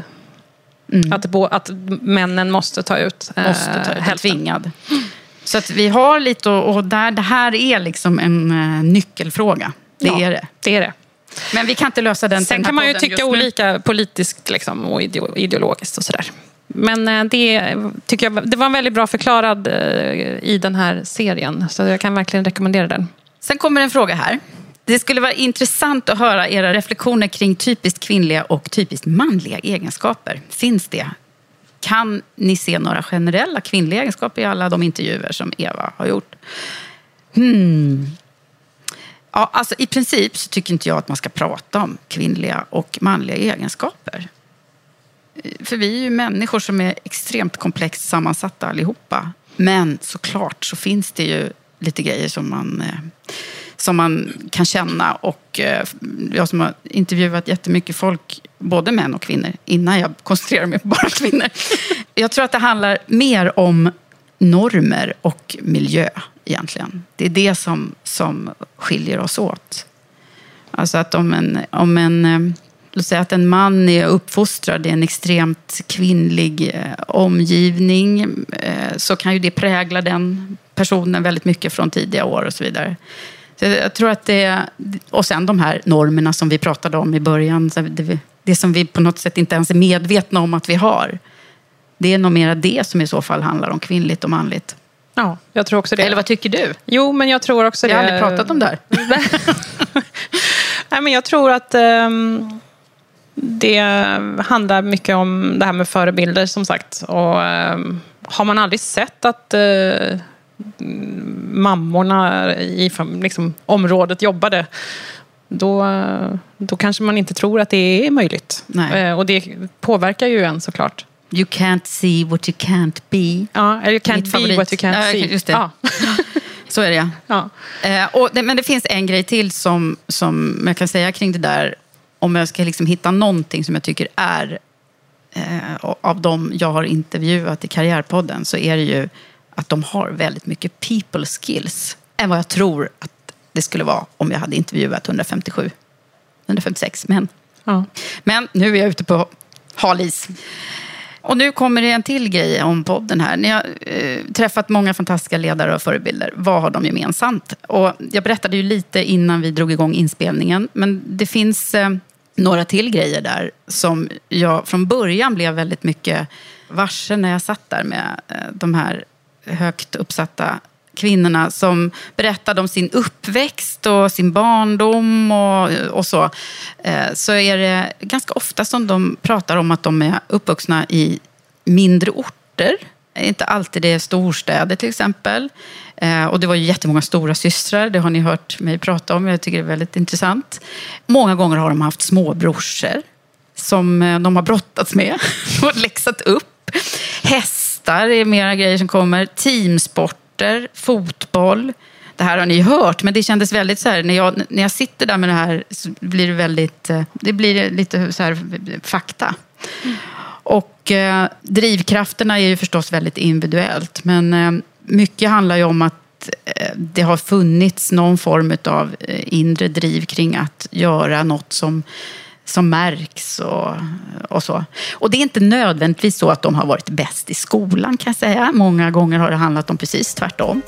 Att männen måste ta ut hälften. Tvingad. Så att vi har lite, och där, det här är liksom en nyckelfråga. Det är det. Det är det. Men vi kan inte lösa den. Sen kan man ju tycka olika politiskt liksom, och ideologiskt och sådär. Men det tycker jag, det var en väldigt bra förklarad i den här serien. Så jag kan verkligen rekommendera den. Sen kommer en fråga här. Det skulle vara intressant att höra era reflektioner kring typiskt kvinnliga och typiskt manliga egenskaper. Finns det? Kan ni se några generella kvinnliga egenskaper i alla de intervjuer som Eva har gjort? Ja, alltså i princip så tycker inte jag att man ska prata om kvinnliga och manliga egenskaper. För vi är ju människor som är extremt komplext sammansatta allihopa. Men såklart så finns det ju lite grejer som man kan känna. Och jag som har intervjuat jättemycket folk, både män och kvinnor, innan jag koncentrerar mig på bara kvinnor. Jag tror att det handlar mer om normer och miljö egentligen. Det är det som skiljer oss åt. Alltså att låt säga att en man är uppfostrad i en extremt kvinnlig omgivning, så kan ju det prägla den personen väldigt mycket från tidiga år och så vidare. Så jag tror att och sen de här normerna som vi pratade om i början, det som vi på något sätt inte ens är medvetna om att vi har. Det är nog mer det som i så fall handlar om kvinnligt och manligt. Ja, jag tror också det. Eller vad tycker du? Jo, men jag tror också det. Jag har aldrig pratat om det här. Nej, men jag tror att det handlar mycket om det här med förebilder, som sagt. Och har man aldrig sett att mammorna i liksom, området jobbade, då kanske man inte tror att det är möjligt. Och det påverkar ju en såklart. You can't see what you can't be. Ja, eller you can't be what you can't see. Just det. Ja. Så är det. Ja. Men det finns en grej till som jag kan säga kring det där. Om jag ska liksom hitta någonting som jag tycker är av dem jag har intervjuat i Karriärpodden, så är det ju att de har väldigt mycket people skills än vad jag tror att det skulle vara om jag hade intervjuat 156 män. Ja. Men nu är jag ute på halis. Och nu kommer det en till grej om podden här. Ni har träffat många fantastiska ledare och förebilder. Vad har de gemensamt? Och jag berättade ju lite innan vi drog igång inspelningen. Men det finns några till grejer där som jag från början blev väldigt mycket varse när jag satt där med de här högt uppsatta kvinnorna som berättade om sin uppväxt och sin barndom och så. Så är det ganska ofta som de pratar om att de är uppvuxna i mindre orter. Inte alltid det är storstäder till exempel. Och det var ju jättemånga stora systrar, det har ni hört mig prata om. Jag tycker det är väldigt intressant. Många gånger har de haft småbrorsor som de har brottats med och läxat upp. Hästar är mera grejer som kommer. Teamsporter, fotboll. Det här har ni hört, men det kändes väldigt så här, när jag sitter där med det här så blir det väldigt, det blir lite så här fakta. Och drivkrafterna är ju förstås väldigt individuellt, men mycket handlar ju om att det har funnits någon form av inre driv kring att göra något som märks och så. Och det är inte nödvändigtvis så att de har varit bäst i skolan, kan jag säga. Många gånger har det handlat om precis tvärtom.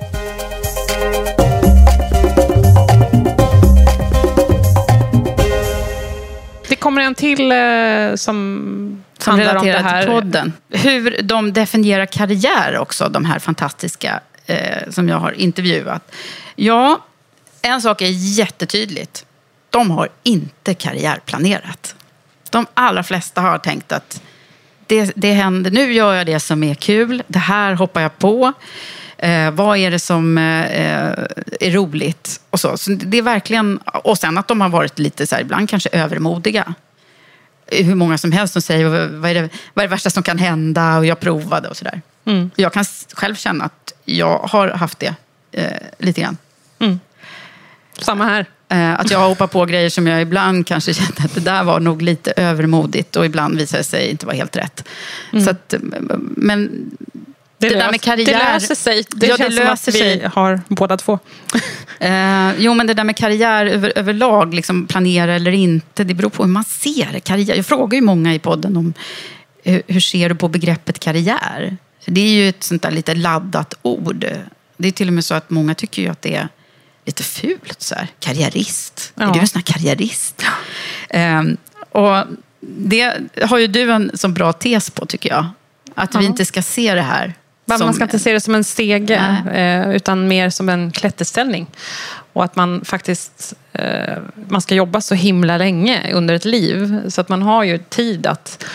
Det kommer en till som relaterar om det här till podden. Hur de definierar karriär också, de här fantastiska som jag har intervjuat. Ja, en sak är jättetydligt. De har inte karriärplanerat. De allra flesta har tänkt att det händer, nu gör jag det som är kul. Det här hoppar jag på. Vad är det som är roligt? Och så det är verkligen, och sen att de har varit lite så här, ibland kanske övermodiga. Hur många som helst som säger vad är det värsta som kan hända, och jag provade och sådär. Jag kan själv känna att jag har haft det lite grann. Samma här. Att jag hoppar på grejer som jag ibland kanske kände att det där var nog lite övermodigt, och ibland visar det sig inte vara helt rätt. Så att, men det där med karriär, det löser sig. Det känns som att vi har båda två. Jo, men det där med karriär överlag, liksom planera eller inte, det beror på hur man ser karriär. Jag frågar ju många i podden om hur ser du på begreppet karriär? Det är ju ett sånt där lite laddat ord. Det är till och med så att många tycker ju att det är lite fult så här. Karriärist. Ja. Är du en sån här karriärist? Och det har ju du en så bra tes på, tycker jag. Att vi inte ska se det här man ska inte se det som en stege, utan mer som en klätterställning. Och att man faktiskt man ska jobba så himla länge under ett liv, så att man har ju tid att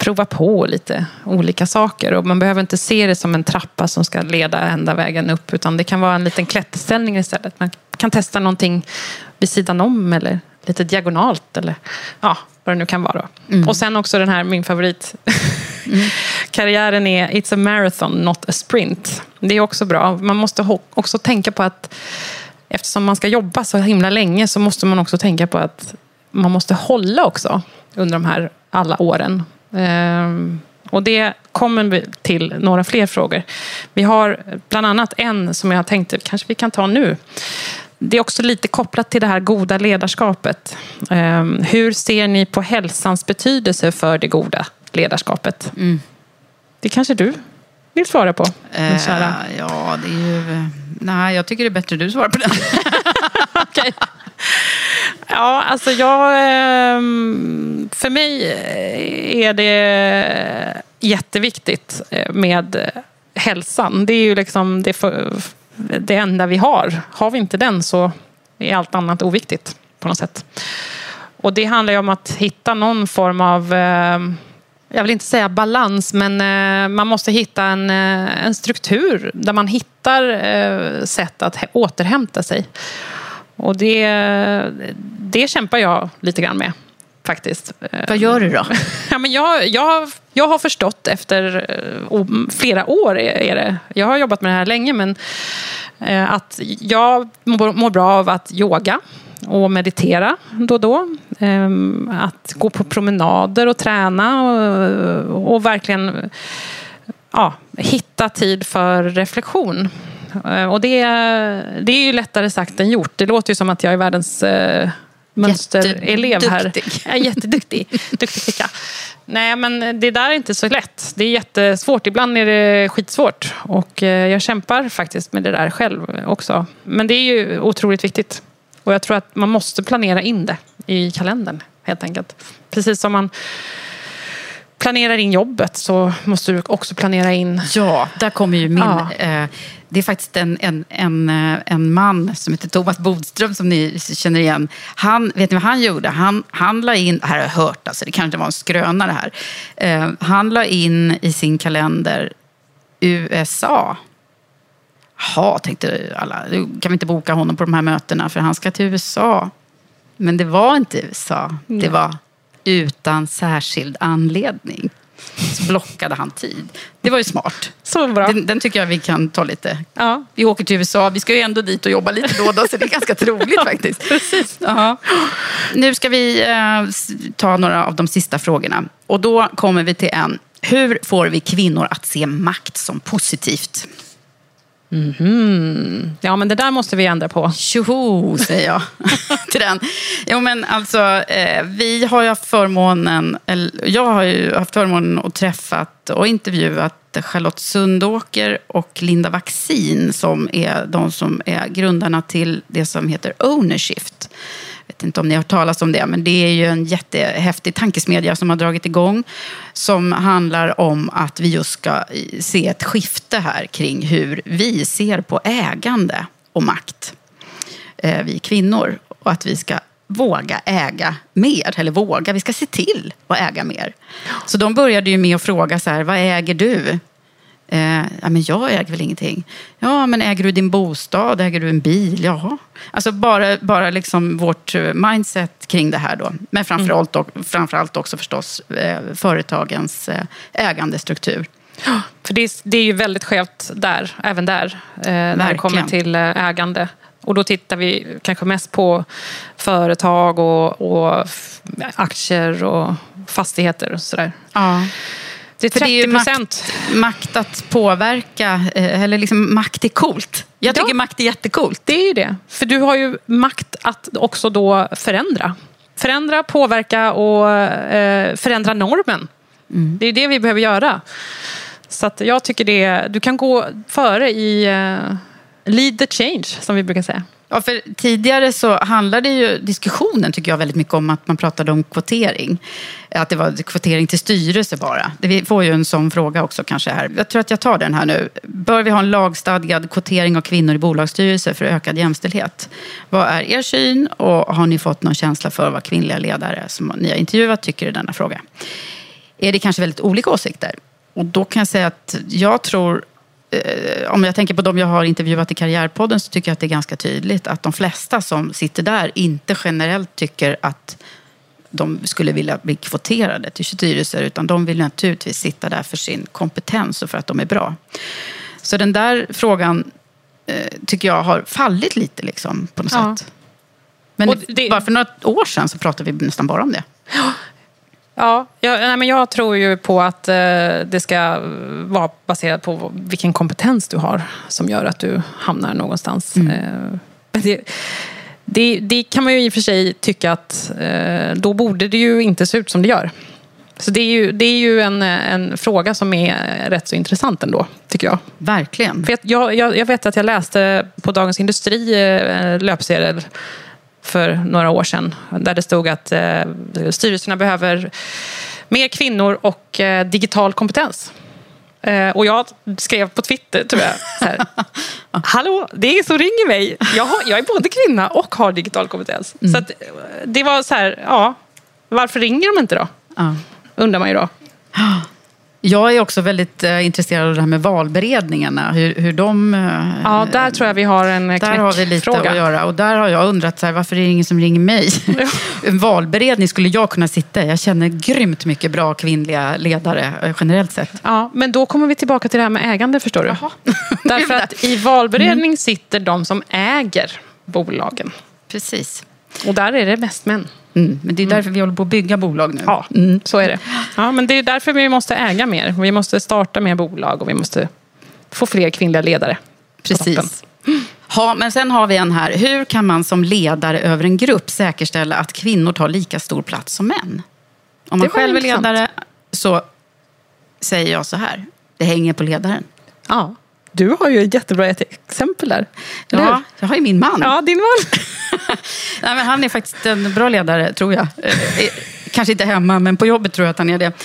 prova på lite olika saker. Och man behöver inte se det som en trappa som ska leda ända vägen upp, utan det kan vara en liten klätterställning istället. Man kan testa någonting vid sidan om eller lite diagonalt eller ja, vad det nu kan vara. Och sen också den här, min favorit. Karriären är It's a marathon, not a sprint. Det är också bra. Man måste också tänka på att eftersom man ska jobba så himla länge så måste man också tänka på att man måste hålla också under de här alla åren. Och det kommer vi till några fler frågor. Vi har bland annat en som jag tänkte kanske vi kan ta nu. Det är också lite kopplat till det här goda ledarskapet. Hur ser ni på hälsans betydelse för det goda ledarskapet? Det kanske du vill svara på. Ja, det är ju... Nej, jag tycker det är bättre du svarar på den. Okej. Ja, alltså för mig är det jätteviktigt med hälsan. Det är ju liksom det enda vi har. Har vi inte den så är allt annat oviktigt på något sätt. Och det handlar ju om att hitta någon form av, jag vill inte säga balans, men man måste hitta en struktur där man hittar sätt att återhämta sig. Och det kämpar jag lite grann med faktiskt. Vad gör du då? Ja, men jag har förstått efter flera år är det. Jag har jobbat med det här länge, men att jag mår bra av att yoga och meditera då och då. Att gå på promenader och träna och verkligen hitta tid för reflektion. Och det är ju lättare sagt än gjort. Det låter ju som att jag är världens mönsterelev här. Jag är jätteduktig. Duktig flicka. Nej, men det där är inte så lätt. Det är jättesvårt. Ibland är det skitsvårt. Och jag kämpar faktiskt med det där själv också. Men det är ju otroligt viktigt. Och jag tror att man måste planera in det i kalendern, helt enkelt. Precis som man planerar in jobbet så måste du också planera in... Ja, där kommer ju min... det är faktiskt en man som heter Thomas Bodström som ni känner igen. Vet ni vad han gjorde? Han la in... Här har jag hört, alltså, det kanske inte var en skröna det här. Han la in i sin kalender USA. Ja, tänkte alla. Kan vi inte boka honom på de här mötena för han ska till USA. Men det var inte USA. Det var utan särskild anledning. Så blockade han tid. Det var ju smart. Så bra. Den tycker jag vi kan ta lite. Ja. Vi åker till USA. Vi ska ju ändå dit och jobba lite då så det är ganska troligt faktiskt. Precis. Ja. Nu ska vi ta några av de sista frågorna. Och då kommer vi till en. Hur får vi kvinnor att se makt som positivt? Ja, men det där måste vi ändra på. Tjoho, säger jag till den. Jo, men alltså, vi har ju haft förmånen, jag har ju haft förmånen att träffat och intervjuat Charlotte Sundåker och Linda Vaccin som är de som är grundarna till det som heter Ownershift. Jag vet inte om ni har hört talas om det, men det är ju en jättehäftig tankesmedja som har dragit igång som handlar om att vi just ska se ett skifte här kring hur vi ser på ägande och makt, vi kvinnor, och att vi ska våga äga mer, eller vi ska se till att äga mer. Så de började ju med att fråga så här, vad äger du? Ja, men jag äger väl ingenting. Ja, men äger du din bostad? Äger du en bil? Ja. Alltså bara liksom vårt mindset kring det här då. Men framförallt också förstås företagens ägandestruktur. För det är ju väldigt skevt även där när det kommer till ägande. Och då tittar vi kanske mest på företag och aktier och fastigheter och sådär. Ja. Det är 30%. Makt att påverka, eller liksom makt är coolt. Jag tycker makt är jättecoolt. Det är ju det. För du har ju makt att också då förändra. Förändra, påverka och förändra normen. Det är det vi behöver göra. Så att jag tycker du kan gå före i lead the change, som vi brukar säga. Ja, för tidigare så handlade ju diskussionen, tycker jag, väldigt mycket om att man pratade om kvotering. Att det var kvotering till styrelse bara. Vi får ju en sån fråga också kanske här. Jag tror att jag tar den här nu. Bör vi ha en lagstadgad kvotering av kvinnor i bolagsstyrelser för ökad jämställdhet? Vad är er syn och har ni fått någon känsla för vad kvinnliga ledare som ni har intervjuat tycker i denna fråga? är det kanske väldigt olika åsikter. Och då kan jag säga att jag tror, om jag tänker på dem jag har intervjuat i Karriärpodden, så tycker jag att det är ganska tydligt att de flesta som sitter där inte generellt tycker att de skulle vilja bli kvoterade till styrelser, utan de vill naturligtvis sitta där för sin kompetens och för att de är bra. Så den där frågan tycker jag har fallit lite liksom, på något sätt. Men bara för några år sedan så pratade vi nästan bara om det. Men jag tror ju på att det ska vara baserat på vilken kompetens du har som gör att du hamnar någonstans. Det kan man ju i och för sig tycka att då borde det ju inte se ut som det gör. Så det är ju en fråga som är rätt så intressant ändå, tycker jag. Verkligen. För jag vet att jag läste på Dagens Industri löpserie för några år sedan, där det stod att styrelserna behöver mer kvinnor och digital kompetens. Och jag skrev på Twitter, tror jag, så här: hallå, det är ingen som ringer mig. Jag är både kvinna och har digital kompetens. Så att det var så här, varför ringer de inte då? Undrar man ju då. Jag är också väldigt intresserad av det här med valberedningarna. Hur de... där tror jag vi har en knäckfråga. Där har vi lite att göra. Och där har jag undrat, så här, varför är det ingen som ringer mig? En valberedning skulle jag kunna sitta i. Jag känner grymt mycket bra kvinnliga ledare generellt sett. Ja, men då kommer vi tillbaka till det här med ägande, förstår du. Därför att i valberedning sitter de som äger bolagen. Precis. Och där är det mest män. Men det är därför vi håller på att bygga bolag nu. Ja, så är det. Ja, men det är därför vi måste äga mer. Vi måste starta mer bolag och vi måste få fler kvinnliga ledare. Precis. Ja, men sen har vi en här. Hur kan man som ledare över en grupp säkerställa att kvinnor tar lika stor plats som män? Om man själv är ledare så säger jag så här: det hänger på ledaren. Ja. Du har ju ett jättebra exempel där. Ja, jag har ju min man. Ja, din man. Nej, men han är faktiskt en bra ledare, tror jag. Kanske inte hemma, men på jobbet tror jag att han är det.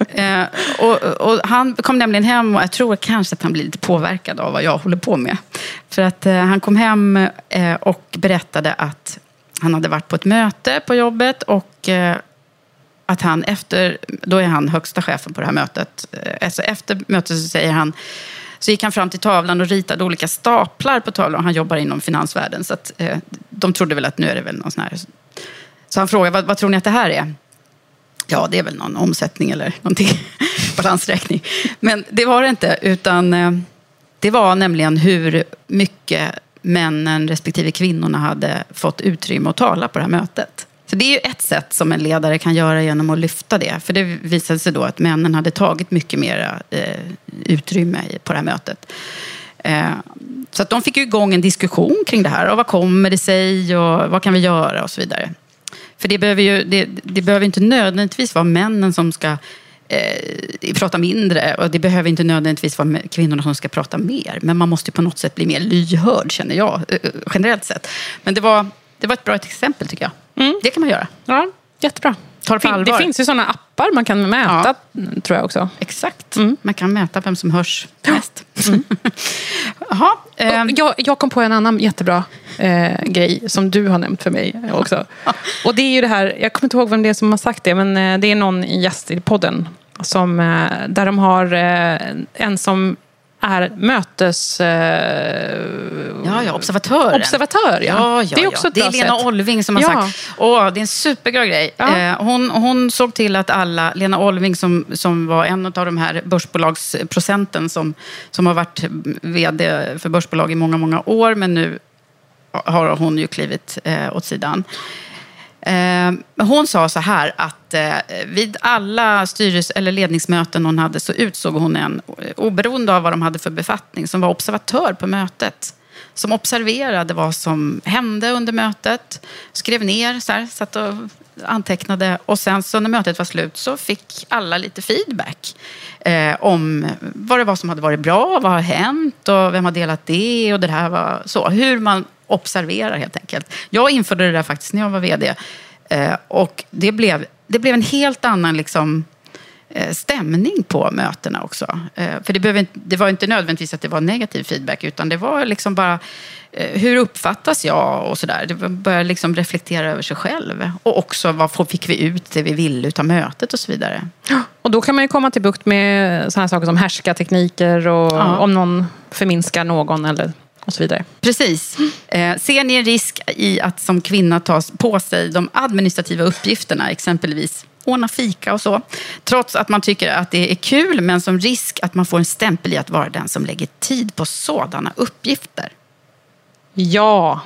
Och han kom nämligen hem och jag tror kanske att han blir lite påverkad av vad jag håller på med. För att han kom hem och berättade att han hade varit på ett möte på jobbet och att han då är han högsta chefen på det här mötet. Alltså efter mötet så säger han, så gick han fram till tavlan och ritade olika staplar på tavlan. Han jobbar inom finansvärlden, så att de trodde väl att nu är det väl någon sån här. Så han frågade, vad tror ni att det här är? Ja, det är väl någon omsättning eller någonting, balansräkning. Men det var det inte, utan det var nämligen hur mycket männen respektive kvinnorna hade fått utrymme att tala på det här mötet. Så det är ju ett sätt som en ledare kan göra genom att lyfta det. För det visade sig då att männen hade tagit mycket mer utrymme på det här mötet. Så att de fick ju igång en diskussion kring det här. Och vad kommer det sig och vad kan vi göra och så vidare. För det behöver inte nödvändigtvis vara männen som ska prata mindre. Och det behöver inte nödvändigtvis vara kvinnorna som ska prata mer. Men man måste på något sätt bli mer lyhörd, känner jag, generellt sett. Men det var ett bra exempel, tycker jag. Det kan man göra. Ja, jättebra. Det finns ju sådana appar man kan mäta, tror jag också. Exakt. Man kan mäta vem som hörs mest. Jag kom på en annan jättebra grej som du har nämnt för mig också. Och det är ju det här, jag kommer inte ihåg vem det är som har sagt det, men det är någon gäst i podden som, där de har en som är mötes... observatören. Observatör, ja. Det är också ett bra sätt. Det är Lena Olving som har sagt. Det är en superbra grej. Ja. Hon såg till att alla... Lena Olving som var en av de här börsbolagsprocenten som har varit vd för börsbolag i många, många år. Men nu har hon ju klivit åt sidan. Hon sa så här att vid alla styrelse- eller ledningsmöten hon hade så utsåg hon en, oberoende av vad de hade för befattning, som var observatör på mötet. Som observerade vad som hände under mötet, skrev ner, så här, satt och antecknade. Och sen så när mötet var slut så fick alla lite feedback om vad det var som hade varit bra, vad har hänt och vem har delat det och det här var så. Hur man observerar helt enkelt. Jag införde det där faktiskt när jag var vd. Och det blev en helt annan liksom, stämning på mötena också. För det var inte nödvändigtvis att det var negativ feedback, utan det var liksom bara hur uppfattas jag och sådär. Det började liksom reflektera över sig själv. Och också vad fick vi ut det vi ville utav mötet och så vidare. Och då kan man ju komma till bukt med sådana saker som härskartekniker och om någon förminskar någon eller och så vidare. Precis. Ser ni en risk i att som kvinna ta på sig de administrativa uppgifterna, exempelvis ordna fika och så, trots att man tycker att det är kul, men som risk att man får en stämpel i att vara den som lägger tid på sådana uppgifter? Ja.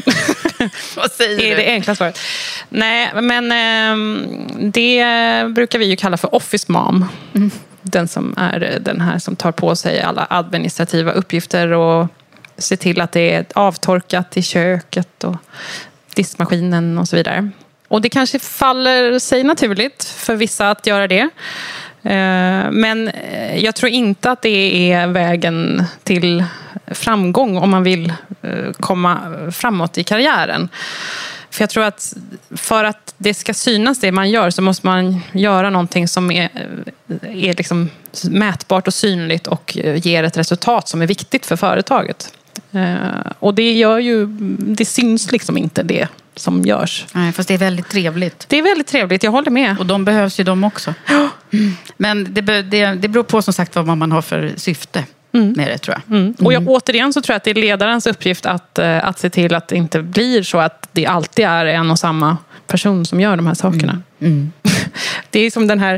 Vad säger du? Det är det enkla svaret. Nej, men det brukar vi ju kalla för office mom. Den som är den här som tar på sig alla administrativa uppgifter och ser till att det är avtorkat i köket och diskmaskinen och så vidare. Och det kanske faller sig naturligt för vissa att göra det. Men jag tror inte att det är vägen till framgång om man vill komma framåt i karriären. För jag tror att för att det ska synas det man gör så måste man göra någonting som är liksom mätbart och synligt och ger ett resultat som är viktigt för företaget. Och det syns liksom inte det som görs. Nej, fast det är väldigt trevligt. Det är väldigt trevligt, jag håller med. Och de behövs ju de också. Men det beror på som sagt vad man har för syfte med det, tror jag. Och återigen så tror jag att det är ledarens uppgift att se till att det inte blir så att det alltid är en och samma person som gör de här sakerna. Det är som den här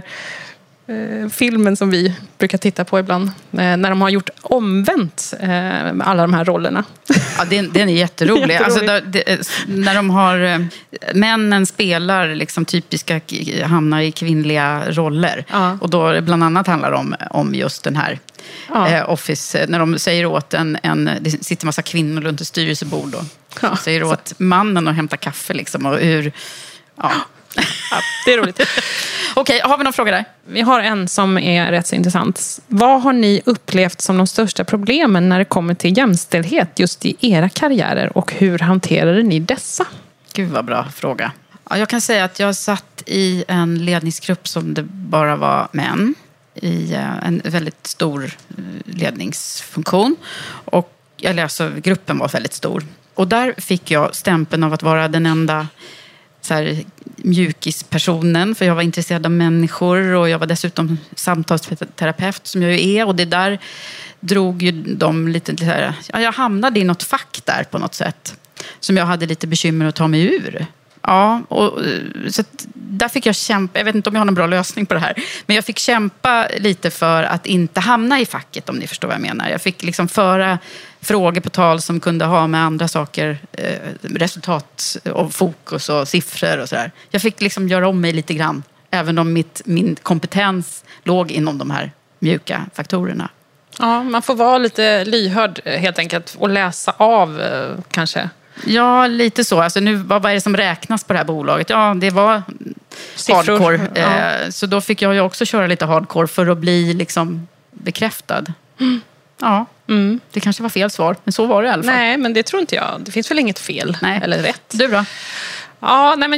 filmen som vi brukar titta på ibland när de har gjort omvänt alla de här rollerna. Ja, den är jätterolig. Alltså, när de har männen spelar liksom typiska hamnar i kvinnliga roller. Ja. Och då bland annat handlar det om just den här office, när de säger åt det sitter en massa kvinnor runt ett styrelsebord och säger åt mannen att hämta kaffe liksom, och hur ja, det är roligt. Okej, har vi någon fråga där? Vi har en som är rätt så intressant. Vad har ni upplevt som de största problemen när det kommer till jämställdhet just i era karriärer, och hur hanterade ni dessa? Gud vad bra fråga. Ja, jag kan säga att jag satt i en ledningsgrupp som det bara var män i en väldigt stor ledningsfunktion. Och gruppen var väldigt stor. Och där fick jag stämpeln av att vara den enda så här, mjukispersonen, för jag var intresserad av människor och jag var dessutom samtalsterapeut som jag ju är, och det där drog ju de lite så här, jag hamnade i något fack där på något sätt som jag hade lite bekymmer att ta mig ur. Ja, och så att där fick jag kämpa, jag vet inte om jag har någon bra lösning på det här, men jag fick kämpa lite för att inte hamna i facket, om ni förstår vad jag menar. Jag fick liksom föra frågor på tal som kunde ha med andra saker, resultat och fokus och siffror och sådär. Jag fick liksom göra om mig lite grann, även om min kompetens låg inom de här mjuka faktorerna. Ja, man får vara lite lyhörd helt enkelt och läsa av kanske. Ja, lite så. Alltså nu, vad är det som räknas på det här bolaget? Ja, det var siffror. Hardcore. Ja. Så då fick jag ju också köra lite hardcore för att bli liksom bekräftad. Ja, det kanske var fel svar, men så var det i alla fall. Nej, men det tror inte jag. Det finns väl inget fel eller rätt. Du då? Ja, nej men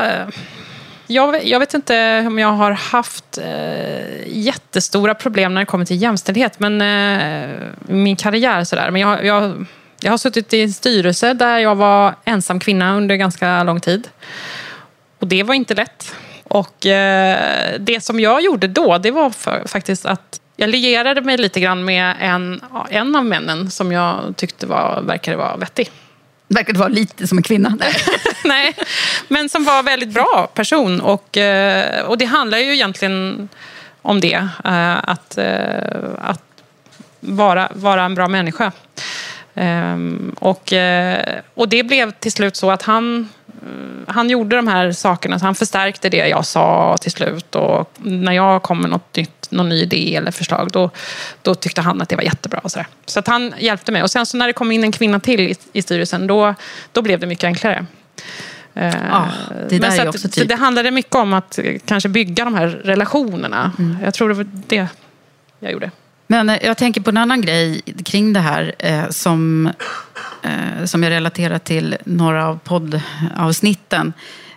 jag vet inte om jag har haft jättestora problem när det kommer till jämställdhet, men min karriär sådär. Men jag har suttit i en styrelse där jag var ensam kvinna under ganska lång tid. Och det var inte lätt. Och det som jag gjorde då, det var faktiskt att jag lierade mig lite grann med en av männen som jag tyckte verkade vara vettig. Verkade vara lite som en kvinna? Nej, men som var väldigt bra person. Och det handlar ju egentligen om det. Att vara en bra människa. Och det blev till slut så att han gjorde de här sakerna, så han förstärkte det jag sa till slut, och när jag kom med någon ny idé eller förslag, då tyckte han att det var jättebra och sådär. Så att han hjälpte mig, och sen så när det kom in en kvinna till i styrelsen, då blev det mycket enklare. Det där är också så det handlade mycket om att kanske bygga de här relationerna. Jag tror det var det jag gjorde. Men jag tänker på en annan grej kring det här som jag relaterar till några av poddavsnitten.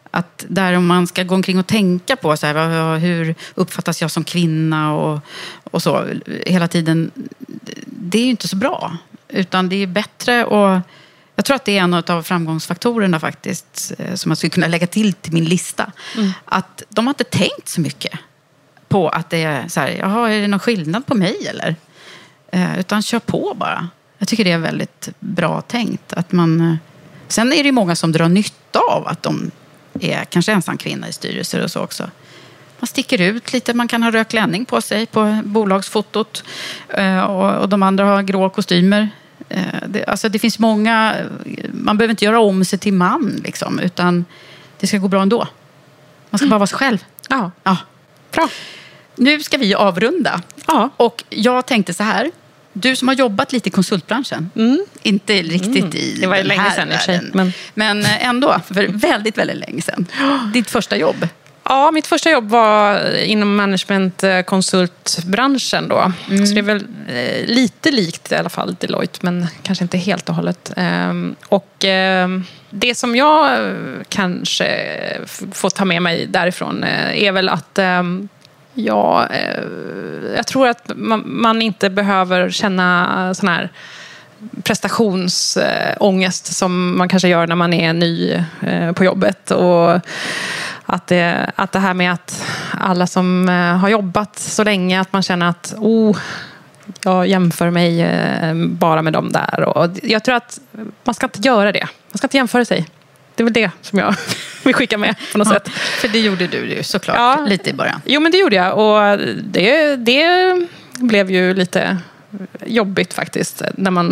Att där om man ska gå omkring och tänka på så här, hur uppfattas jag som kvinna och så hela tiden, det är ju inte så bra. Utan det är bättre, och jag tror att det är en av framgångsfaktorerna faktiskt som jag skulle kunna lägga till min lista. Att de har inte tänkt så mycket på att det är så här, jaha, är det någon skillnad på mig eller? Utan kör på bara. Jag tycker det är väldigt bra tänkt. Att man, sen är det ju många som drar nytta av att de är kanske ensam kvinna i styrelser och så också. Man sticker ut lite, man kan ha röd klänning på sig på bolagsfotot och de andra har grå kostymer. Det finns många, man behöver inte göra om sig till man liksom, utan det ska gå bra ändå. Man ska bara vara sig själv. Ja. Bra. Nu ska vi avrunda. Ja. Och jag tänkte så här, du som har jobbat lite i konsultbranschen, inte riktigt i det var den länge här sedan, världen, men ändå, för väldigt, väldigt länge sedan. Ditt första jobb? Ja, mitt första jobb var inom managementkonsultbranschen då. Så det är väl lite likt i alla fall Deloitte, men kanske inte helt och hållet. Och det som jag kanske får ta med mig därifrån är väl att jag tror att man inte behöver känna sån här prestationsångest som man kanske gör när man är ny på jobbet. Och att det här med att alla som har jobbat så länge, att man känner att jag jämför mig bara med dem där. Och jag tror att man ska inte göra det. Man ska inte jämföra sig. Det är väl det som jag vill skicka med på något sätt. För det gjorde du ju såklart lite i början. Jo, men det gjorde jag. Och det blev ju lite jobbigt faktiskt. När man,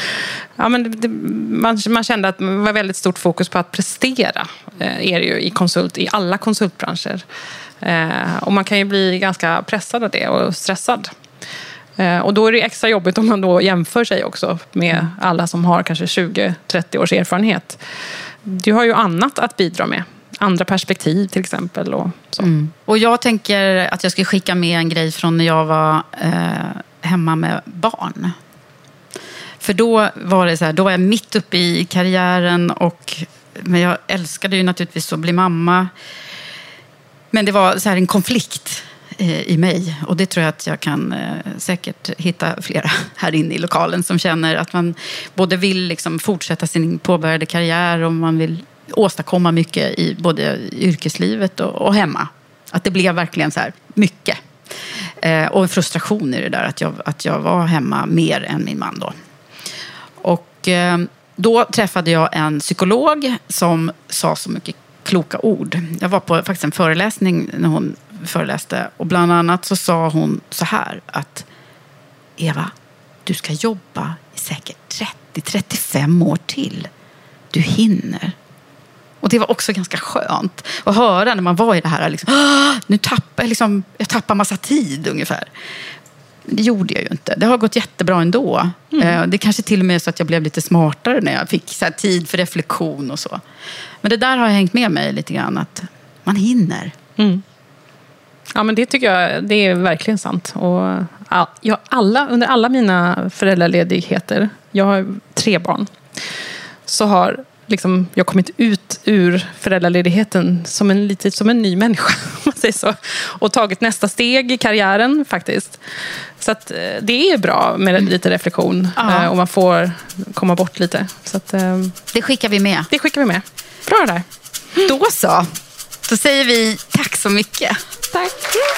man kände att det var väldigt stort fokus på att prestera. Är det ju i alla konsultbranscher. Och man kan ju bli ganska pressad av det och stressad. Och då är det extra jobbigt om man då jämför sig också med alla som har kanske 20-30 års erfarenhet. Du har ju annat att bidra med. Andra perspektiv till exempel. Och så. Och jag tänker att jag ska skicka med en grej från när jag var hemma med barn. För då var det så här, då var jag mitt uppe i karriären men jag älskade ju naturligtvis att bli mamma. Men det var så här en konflikt i mig, och det tror jag att jag kan säkert hitta flera här inne i lokalen som känner att man både vill liksom fortsätta sin påbörjade karriär och man vill åstadkomma mycket i både yrkeslivet och hemma. Att det blev verkligen så här mycket. Och en frustration i det där att jag var hemma mer än min man då. Och då träffade jag en psykolog som sa så mycket kloka ord. Jag var på faktiskt en föreläsning när hon föreläste, och bland annat så sa hon så här att Eva, du ska jobba i säkert 30-35 år till. Du hinner. Och det var också ganska skönt att höra när man var i det här liksom, nu jag tappar massa tid ungefär. Det gjorde jag ju inte. Det har gått jättebra ändå. Det kanske till och med så att jag blev lite smartare när jag fick så här tid för reflektion och så. Men det där har hängt med mig lite grann, att man hinner. Ja, men det tycker jag, det är verkligen sant. Och under alla mina föräldraledigheter, jag har 3 barn, så har liksom jag kommit ut ur föräldraledigheten som en ny människa, om man säger så, och tagit nästa steg i karriären faktiskt. Så att det är bra med lite reflektion och man får komma bort lite. Så att, det skickar vi med. Det skickar vi med. Bra där. Då så. Då säger vi tack så mycket. Tack.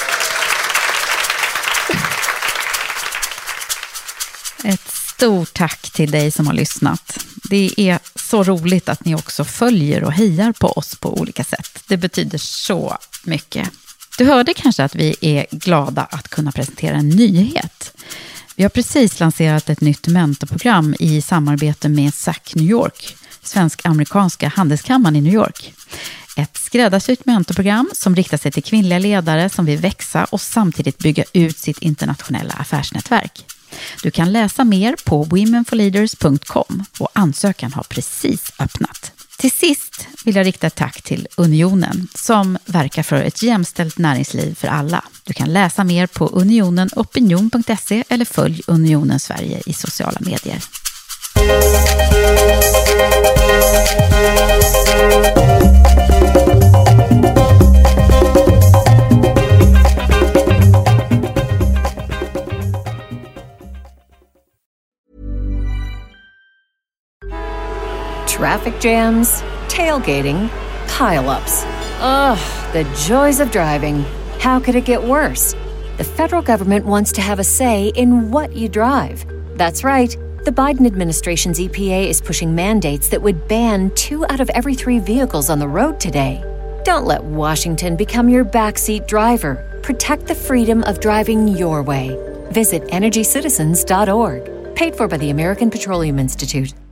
Ett stort tack till dig som har lyssnat. Det är så roligt att ni också följer och hejar på oss på olika sätt. Det betyder så mycket. Du hörde kanske att vi är glada att kunna presentera en nyhet. Vi har precis lanserat ett nytt mentorprogram i samarbete med SAC New York, svensk-amerikanska handelskammaren i New York. Ett skräddarsytt mentorprogram som riktar sig till kvinnliga ledare som vill växa och samtidigt bygga ut sitt internationella affärsnätverk. Du kan läsa mer på womenforleaders.com, och ansökan har precis öppnat. Till sist vill jag rikta ett tack till Unionen som verkar för ett jämställt näringsliv för alla. Du kan läsa mer på unionenopinion.se eller följ Unionen Sverige i sociala medier. Traffic jams, tailgating, pile-ups. Ugh, the joys of driving. How could it get worse? The federal government wants to have a say in what you drive. That's right. The Biden administration's EPA is pushing mandates that would ban 2 out of every 3 vehicles on the road today. Don't let Washington become your backseat driver. Protect the freedom of driving your way. Visit EnergyCitizens.org. Paid for by the American Petroleum Institute.